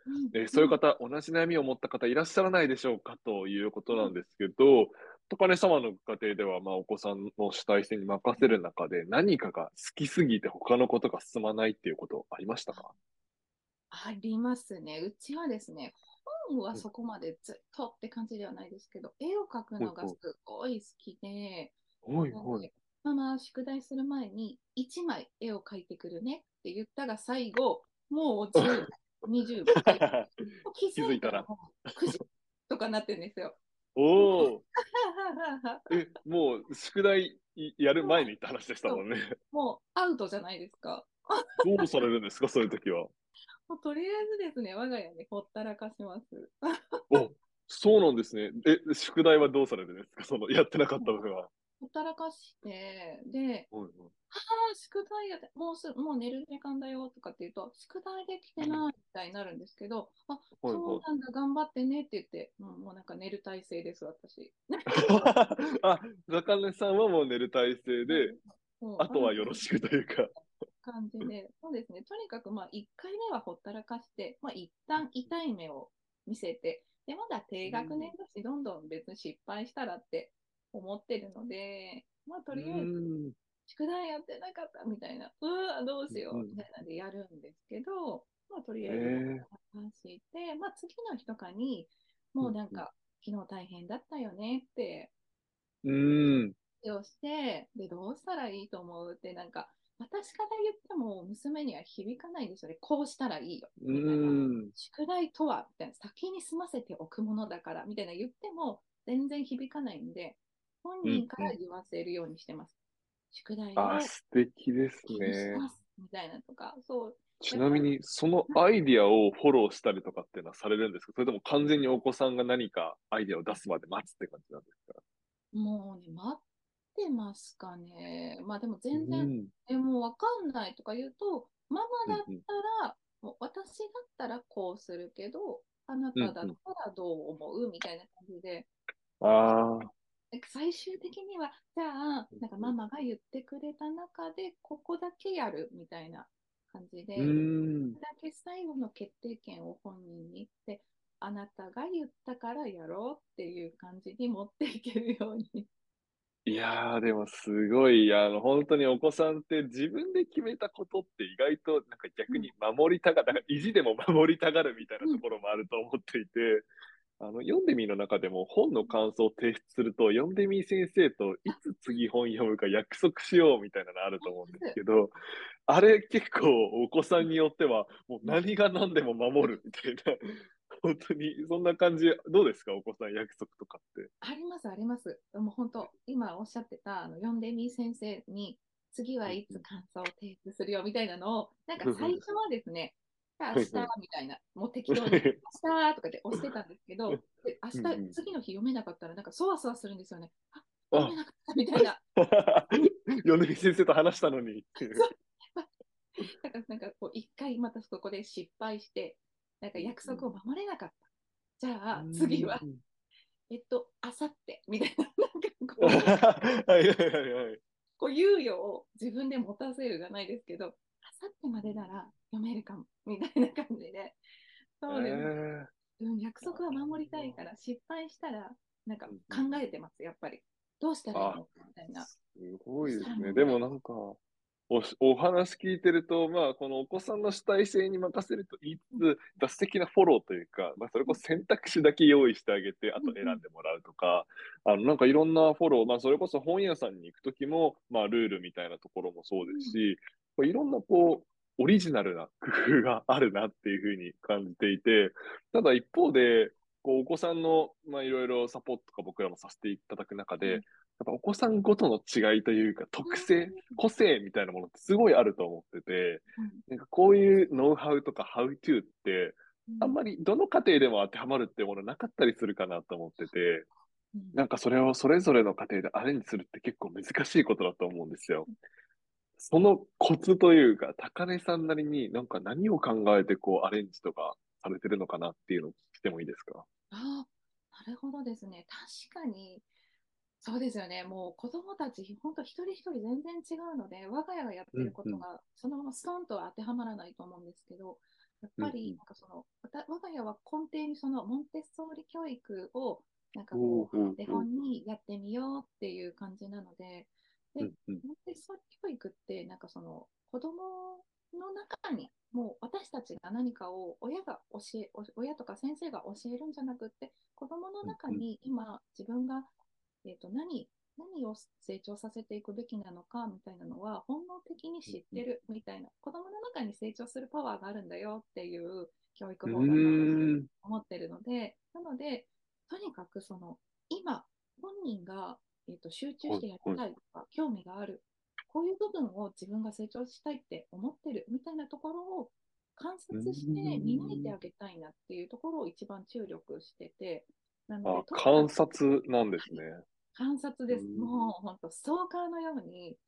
[SPEAKER 2] うん、
[SPEAKER 1] そういう
[SPEAKER 2] うん、
[SPEAKER 1] 方、同じ悩みを持った方いらっしゃらないでしょうかということなんですけど、高根様の家庭では、お子さんの主体性に任せる中で何かが好きすぎて他のことが進まないっていうことありましたか？
[SPEAKER 2] ありますね。うちはですね、本は
[SPEAKER 1] うん。
[SPEAKER 2] そこまでずっとって感じではないですけど、絵を描くのがす
[SPEAKER 1] ほいほい。
[SPEAKER 2] ごい好きで、
[SPEAKER 1] ほいほい。
[SPEAKER 2] なので、ママ、宿題する前に1枚絵を描いてくるねって言ったが最後、もう10枚、20枚描いて、気づいた
[SPEAKER 1] 気づいたら。
[SPEAKER 2] らもう9時とかなってるんですよ。
[SPEAKER 1] おー。もう、宿題やる前にって話でした
[SPEAKER 2] そう
[SPEAKER 1] もんね。
[SPEAKER 2] もうアウトじゃないですか。
[SPEAKER 1] どうされるんですか、そういう時は。
[SPEAKER 2] もうとりあえずですね、我が家でほったらかします。
[SPEAKER 1] お、そうなんですね。宿題はどうされるんですか、やってなかった分は。
[SPEAKER 2] ほったらかして、で、
[SPEAKER 1] はいはい。
[SPEAKER 2] ああ、宿題やで、もう寝る時間だよとかって言うと、宿題できて
[SPEAKER 1] うん。
[SPEAKER 2] ないみたいになるんですけど、あ、
[SPEAKER 1] はいはい。
[SPEAKER 2] そうなんだ、頑張ってねって言って、もうなんか寝る体勢です、私。
[SPEAKER 1] あ、中根さんはもう寝る体勢で、
[SPEAKER 2] もう、
[SPEAKER 1] あとはよろしくというか。
[SPEAKER 2] 感じで、そうですね、とにかく1回目はほったらかして、一旦痛い目を見せて、で、まだ低学年だし、どんどん別に失敗したらって思ってるので、と
[SPEAKER 1] う
[SPEAKER 2] りあえず、
[SPEAKER 1] ん。
[SPEAKER 2] 宿題やってなかったみたいな、うわ、どうしようみ
[SPEAKER 1] うん。
[SPEAKER 2] たいなんでやるんですけど、とりあえずほっ
[SPEAKER 1] ええ。
[SPEAKER 2] たらかして、次の日とかに、
[SPEAKER 1] うんうん。
[SPEAKER 2] もうなんか、昨日大変だったよねって
[SPEAKER 1] うん。
[SPEAKER 2] をして、で、どうしたらいいと思うって、なんか、私から言っても娘には響かないんですよね。こうしたらいいよ、
[SPEAKER 1] う
[SPEAKER 2] みたいな。
[SPEAKER 1] ん。
[SPEAKER 2] 宿題とは、みたいな、先に済ませておくものだから、みたいな言っても全然響かないんで、本
[SPEAKER 1] うん。
[SPEAKER 2] 人か
[SPEAKER 1] うん。
[SPEAKER 2] ら言わせるようにしてます。宿題
[SPEAKER 1] あ、
[SPEAKER 2] を
[SPEAKER 1] 素敵です
[SPEAKER 2] 気にし
[SPEAKER 1] ね。
[SPEAKER 2] ます、みたいなとか、そう。やっぱり、
[SPEAKER 1] ちなみに、そのアイディアをフォローしたりとかっていうのはされるんですか？それとも完全にお子さんが何かアイディアを出すまで待つって感じなんですか？
[SPEAKER 2] もうね、待ってますかね。でも
[SPEAKER 1] う
[SPEAKER 2] 全然、
[SPEAKER 1] ん。
[SPEAKER 2] もうわかんないとか言うと、ママだっ
[SPEAKER 1] うん。うん。
[SPEAKER 2] たら、もう私だったらこうするけど、あな
[SPEAKER 1] うん。うん。
[SPEAKER 2] ただったらどう思うみたいな感じで、
[SPEAKER 1] ああ。
[SPEAKER 2] なんか最終的には、じゃあ、なんかママが言ってくれた中で、ここだけやるみたいな感じ
[SPEAKER 1] う
[SPEAKER 2] で、
[SPEAKER 1] ん。
[SPEAKER 2] だけ最後の決定権を本人に言って、あなたが言ったからやろうっていう感じに持っていけるように。
[SPEAKER 1] いやー、でもすごい、本当にお子さんって自分で決めたことって意外となんか逆
[SPEAKER 2] うん
[SPEAKER 1] に守りたがる、なんか意地でも守りたがるみたいなと
[SPEAKER 2] うん
[SPEAKER 1] ころもあると思っていて、読んでみーの中でも本の感想を提出すると、読んでみー先生といつ次本読むか約束しようみたいなのあると思うんですけど、あれ結構お子さんによっては、もう何が何でも守るみたいな、本当にそんな感じ、どうですかお子さん約束とかって。
[SPEAKER 2] あります、あります。もう本当、今おっしゃってた、読んでみ先生に、次はいつ感想を提出するよみたいなのを、なんか最初はですね、明日みたいな、もう適当に、明日とかで押してたんですけど、で明日、
[SPEAKER 1] うんうん。
[SPEAKER 2] 次の日読めなかったら、なんかそわそわするんですよね。あ、読
[SPEAKER 1] あ、
[SPEAKER 2] めなかったみたいな。
[SPEAKER 1] 米見先生と話したのにっていう。
[SPEAKER 2] そうだからなんかこう、一回またそこで失敗して、なんか約束を守れなかった。じゃ
[SPEAKER 1] う
[SPEAKER 2] あ、次は、
[SPEAKER 1] ん。
[SPEAKER 2] あさってみたいな、なんかこう、
[SPEAKER 1] はいはいはいはい。
[SPEAKER 2] 猶予を自分で持たせるじゃないですけど、あさってまでなら読めるかも、みたいな感じで、
[SPEAKER 1] え
[SPEAKER 2] そうです。
[SPEAKER 1] え。
[SPEAKER 2] 約束は守りたいから、失敗したら、なんか
[SPEAKER 1] うんうん
[SPEAKER 2] 考えてます、やっぱり。どうしたらいい
[SPEAKER 1] あ、
[SPEAKER 2] のみたいな。
[SPEAKER 1] すご
[SPEAKER 2] どうした
[SPEAKER 1] いですね。
[SPEAKER 2] ら守れる
[SPEAKER 1] でもなんか、お話聞いてると、このお子さんの主体性に任せると言い
[SPEAKER 2] うん
[SPEAKER 1] つつ、素敵なフォローというか、それ
[SPEAKER 2] うん
[SPEAKER 1] こそ選択肢だけ用意してあげて、あと選
[SPEAKER 2] うん
[SPEAKER 1] んでもらうとか、なんかいろんなフォロー、それこそ本屋さんに行くときも、ルールみたいなところもそうです
[SPEAKER 2] うん
[SPEAKER 1] し、いろんなオリジナルな工夫があるなっていうふうに感じていて、ただ一方で、お子さんの、いろいろサポートとか僕らもさせていただく中で、やっぱお子さんごとの違いというか、特性、個性みたいなものってすごいあると思ってて、
[SPEAKER 2] うん
[SPEAKER 1] なんかこういうノウハウとかハウトゥーって、あん
[SPEAKER 2] うん
[SPEAKER 1] まりどの家庭でも当てはまるってものなかったりするかなと思ってて、
[SPEAKER 2] うん
[SPEAKER 1] なんかそれをそれぞれの家庭でアレンジするって結構難しいことだと思うんですよ。そのコツというか、高根さんなりになんか何を考えてアレンジとかされてるのかなっていうのを聞いてもいいですか？
[SPEAKER 2] ああ、なるほどですね。確かに、そうですよね。もう子供たち、本当一人一人全然違うので、我が家がやってる
[SPEAKER 1] うんうん。
[SPEAKER 2] ことがそのままストンとは当てはまらないと思うんですけど、 やっぱり、
[SPEAKER 1] うんうん。
[SPEAKER 2] なんか我が家は根底にそのモンテッソーリ教育を、なんか
[SPEAKER 1] おうほう
[SPEAKER 2] 手
[SPEAKER 1] ほう。
[SPEAKER 2] 本にやってみようっていう感じなので、で、
[SPEAKER 1] うんうん。
[SPEAKER 2] モンテッソーリ教育って、なんか子供の中に、もう私たちが何かを親とか先生が教えるんじゃなくって、子供の中
[SPEAKER 1] うんうん。
[SPEAKER 2] に今自分が、何を成長させていくべきなのかみたいなのは本能的に知ってるみたいな、子供の中に成長するパワーがあるんだよっていう教育
[SPEAKER 1] う
[SPEAKER 2] 法だと私
[SPEAKER 1] ーん。
[SPEAKER 2] 思ってるので、なので、とにかく今、本人が、集中
[SPEAKER 1] はい
[SPEAKER 2] してやり
[SPEAKER 1] はい。
[SPEAKER 2] たいとか、興味がある、こういう部分を自分が成長したいって思ってるみたいなところを観
[SPEAKER 1] うー
[SPEAKER 2] 察して見抜いて
[SPEAKER 1] ん。
[SPEAKER 2] あげたいなっていうところを一番注力してて、なので、
[SPEAKER 1] あ、
[SPEAKER 2] とにか
[SPEAKER 1] 観
[SPEAKER 2] く、
[SPEAKER 1] 察なんですね。
[SPEAKER 2] 観察
[SPEAKER 1] うー
[SPEAKER 2] です。もう
[SPEAKER 1] ん。
[SPEAKER 2] 本当、ストーカーのように、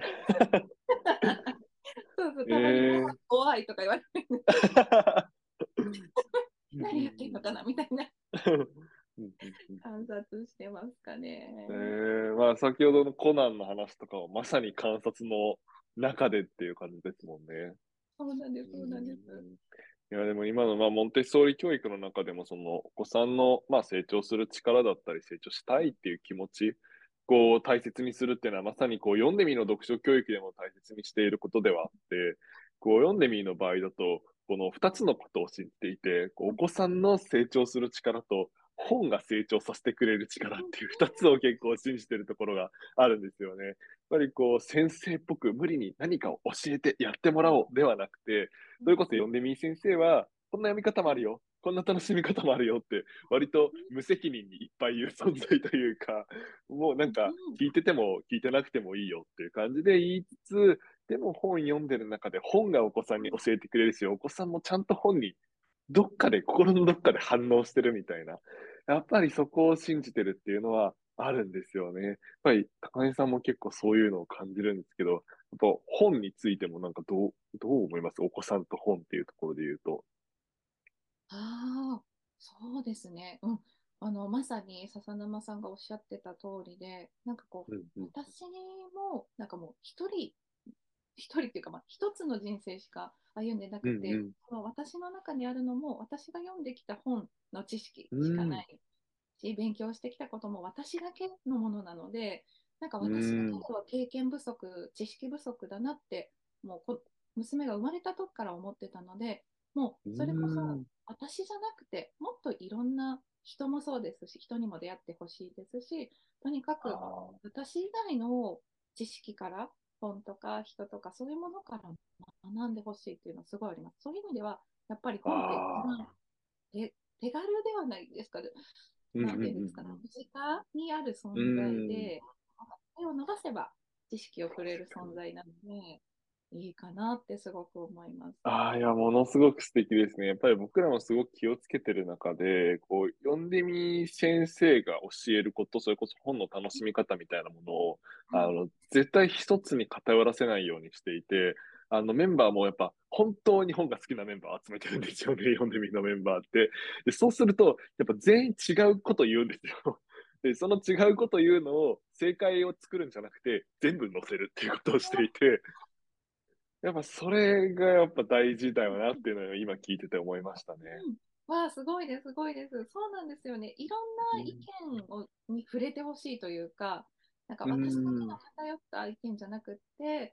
[SPEAKER 2] そうそう、たまに
[SPEAKER 1] ええ
[SPEAKER 2] 怖いとか言われるんですけど、
[SPEAKER 1] ー。うん
[SPEAKER 2] 何やってんのかなみたいな
[SPEAKER 1] うんうんうん。
[SPEAKER 2] 観察してますかね。
[SPEAKER 1] まあ先ほどのコナンの話とかはまさに観察の中でっていう感じですもんね。
[SPEAKER 2] そうなんで
[SPEAKER 1] う
[SPEAKER 2] す、そうなんです。
[SPEAKER 1] ん。いや、でも今の、まあ、モンテッソーリ教育の中でも、お子さんの、まあ、成長する力だったり、成長したいっていう気持ち、大切にするっていうのは、まさに、読んでみの読書教育でも大切にしていることではあって、読んでみの場合だと、この二つのことを知っていて、お子さんの成長する力と、本が成長させてくれる力っていう二つを結構信じてるところがあるんですよね。やっぱり先生っぽく無理に何かを教えてやってもらおうではなくて、それこそ読んでみー先生は、こんな読み方もあるよ。こんな楽しみ方もあるよって、割と無責任にいっぱい言う存在というか、もうなんか、聞いてても聞いてなくてもいいよっていう感じで言いつつ、でも本読んでる中で本がお子さんに教えてくれるし、お子さんもちゃんと本にどっかで、心のどっかで反応してるみたいな。やっぱりそこを信じてるっていうのはあるんですよね。やっぱり高根さんも結構そういうのを感じるんですけど、やっぱ本についてもなんかどう思いますお子さんと本っていうところで言うと。
[SPEAKER 2] ああ、そうですね。うん。まさに笹沼さんがおっしゃってた通りで、なんか
[SPEAKER 1] うんうん。
[SPEAKER 2] 私も、なんかもう一人っていうか、まあ、一つの人生しか歩んでなくて、
[SPEAKER 1] うんうん
[SPEAKER 2] その私の中にあるのも、私が読んできた本の知識
[SPEAKER 1] う
[SPEAKER 2] しかな
[SPEAKER 1] ん。
[SPEAKER 2] いし、勉強してきたことも私だけのものなので、なんか
[SPEAKER 1] う
[SPEAKER 2] 私だけ
[SPEAKER 1] ん。
[SPEAKER 2] では経験不足、知識不足だなって、もう娘が生まれた時から思ってたので、も
[SPEAKER 1] う
[SPEAKER 2] うそれこそ
[SPEAKER 1] ん。
[SPEAKER 2] 私じゃなくて、もっといろんな人もそうですし、人にも出会ってほしいですし、とにかく
[SPEAKER 1] あ
[SPEAKER 2] 私以外の知識から、本とか人とかそういうものから学んでほしいっていうのはすごいあります。そういう意味では、やっぱり
[SPEAKER 1] あ。
[SPEAKER 2] 本って一
[SPEAKER 1] ああ。
[SPEAKER 2] 番手軽ではないですかね。
[SPEAKER 1] うんうん
[SPEAKER 2] なんていうんですかね。
[SPEAKER 1] うん
[SPEAKER 2] 身近にある
[SPEAKER 1] う
[SPEAKER 2] 存在
[SPEAKER 1] ん。
[SPEAKER 2] で、手を伸ばせば知識をくれる
[SPEAKER 1] 確かに。
[SPEAKER 2] 存在なので、いいかなってすごく思います。
[SPEAKER 1] ああ、いや、ものすごく素敵ですね。やっぱり僕らもすごく気をつけてる中で、読んでみ先生が教えること、それこそ本の楽しみ方みたいなものを、
[SPEAKER 2] はい。
[SPEAKER 1] 絶対一つに偏らせないようにしていて、メンバーもやっぱ本当に本が好きなメンバーを集めてるんですよね。読んでみのメンバーって。で、そうすると、やっぱ全員違うこと言うんですよ。で、その違うこと言うのを正解を作るんじゃなくて、全部載せるっていうことをしていて、やっぱそれがやっぱ大事だよなっていうのを今聞いてて思いましたね。
[SPEAKER 2] うん。わあ、すごいです、すごいです。そうなんですよね。いろんな意
[SPEAKER 1] うん
[SPEAKER 2] 見に触れてほしいというか、なんか
[SPEAKER 1] う
[SPEAKER 2] 私だけ
[SPEAKER 1] ん。
[SPEAKER 2] の偏った意見じゃなくって、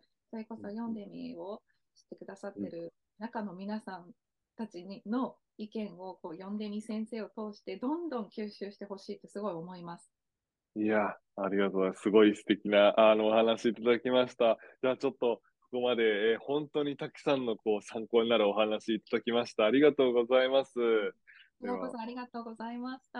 [SPEAKER 2] それこそ
[SPEAKER 1] うん
[SPEAKER 2] 読んでみを知ってくださっ
[SPEAKER 1] うん
[SPEAKER 2] てる中の皆さんたちの意見を読んでみ先生を通してどんどん吸収してほしいってすごい思います。
[SPEAKER 1] いや、ありがとうございます。すごい素敵な、お話いただきました。じゃあちょっと、ここまで、本当にたくさんの、参考になるお話いただきました。ありがとうございます。では、
[SPEAKER 2] こちらこそありがとうございました。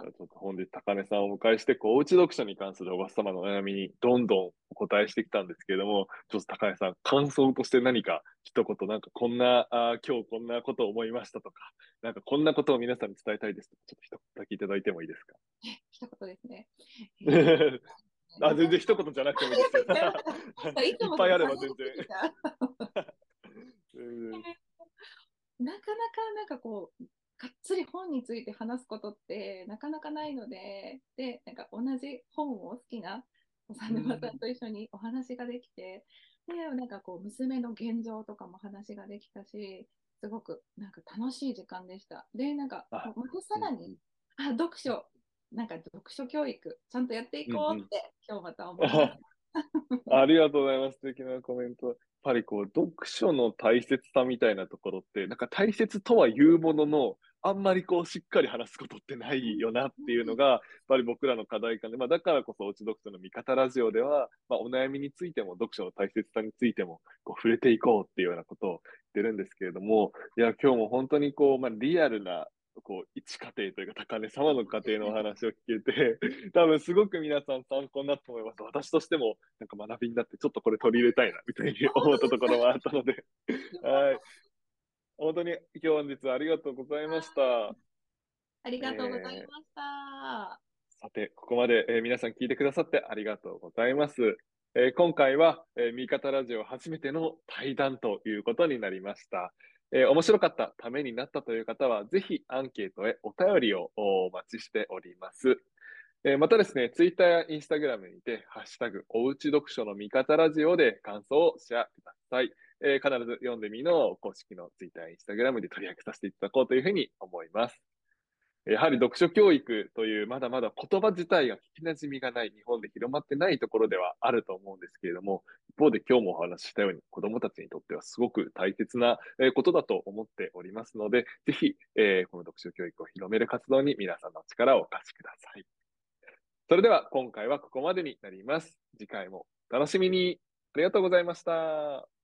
[SPEAKER 1] ちょっと本日高根さんをお迎えして、おうち読書に関するおば様のお悩みにどんどんお答えしてきたんですけれども、ちょっと高根さん、感想として何か一言、なんかこんな、今日こんなことを思いましたとか、なんかこんなことを皆さんに伝えたいですとか、ちょっと一言だけいただいてもいいですか？
[SPEAKER 2] 一言ですね。えー
[SPEAKER 1] 全然
[SPEAKER 2] なかなか
[SPEAKER 1] 一言じゃなくてもいいですよ。
[SPEAKER 2] いつ
[SPEAKER 1] いっ
[SPEAKER 2] もそれ考
[SPEAKER 1] ぱいあれば全然。
[SPEAKER 2] えすぎちゃう。
[SPEAKER 1] うん、
[SPEAKER 2] なかなかがっつり本について話すことってなかなかないので、で、なんか同じ本を好きな
[SPEAKER 1] う
[SPEAKER 2] 佐沼さん
[SPEAKER 1] ん、
[SPEAKER 2] と一緒にお話ができて、で、なんか娘の現状とかも話ができたし、 すごくなんか楽しい時間でした。で、なんか、
[SPEAKER 1] あ、
[SPEAKER 2] またさ
[SPEAKER 1] うん
[SPEAKER 2] らに、読書、なんか読書教育、ちゃんとやってい
[SPEAKER 1] うん。うんうん。
[SPEAKER 2] こうって、今日また思いました。
[SPEAKER 1] ありがとうございます。素敵なコメント。やっぱり読書の大切さみたいなところって、なんか大切とは言うものの、あんまりしっかり話すことってないよなっていうのが、やっぱり僕らの課題感で、だからこそ、おうち読書の味方ラジオでは、お悩みについても、読書の大切さについても、触れていこうっていうようなことを言ってるんですけれども、いや、今日も本当にリアルな一家庭というか、高根様の家庭のお話を聞けて、多分すごく皆さん参考になったと思います。私としても、なんか学びになって、ちょっとこれ取り入れたいな、みたいに
[SPEAKER 2] 本
[SPEAKER 1] 思ったところも
[SPEAKER 2] 当ですか？
[SPEAKER 1] あったので、
[SPEAKER 2] よかっ
[SPEAKER 1] はい。
[SPEAKER 2] た。
[SPEAKER 1] 本当に今日本日はありがとうございました。
[SPEAKER 2] ありがとうござい
[SPEAKER 1] え
[SPEAKER 2] ました。
[SPEAKER 1] さて、ここまで、皆さん聞いてくださってありがとうございます。今回は、味方ラジオ初めての対談ということになりました。面白かった、ためになったという方は、ぜひアンケートへお便りをお待ちしております。またですね、ツイッターやインスタグラムにて、ハッシュタグ、おうち読書の味方ラジオで感想をシェアください。必ず読んでみの公式のツイッターやインスタグラムで取り上げさせていただこうというふうに思います。やはり読書教育というまだまだ言葉自体が聞き馴染みがない日本で広まってないところではあると思うんですけれども、一方で今日もお話ししたように子供たちにとってはすごく大切なことだと思っておりますので、ぜひ、この読書教育を広める活動に皆さんの力をお貸しください。それでは今回はここまでになります。次回もお楽しみに。ありがとうございました。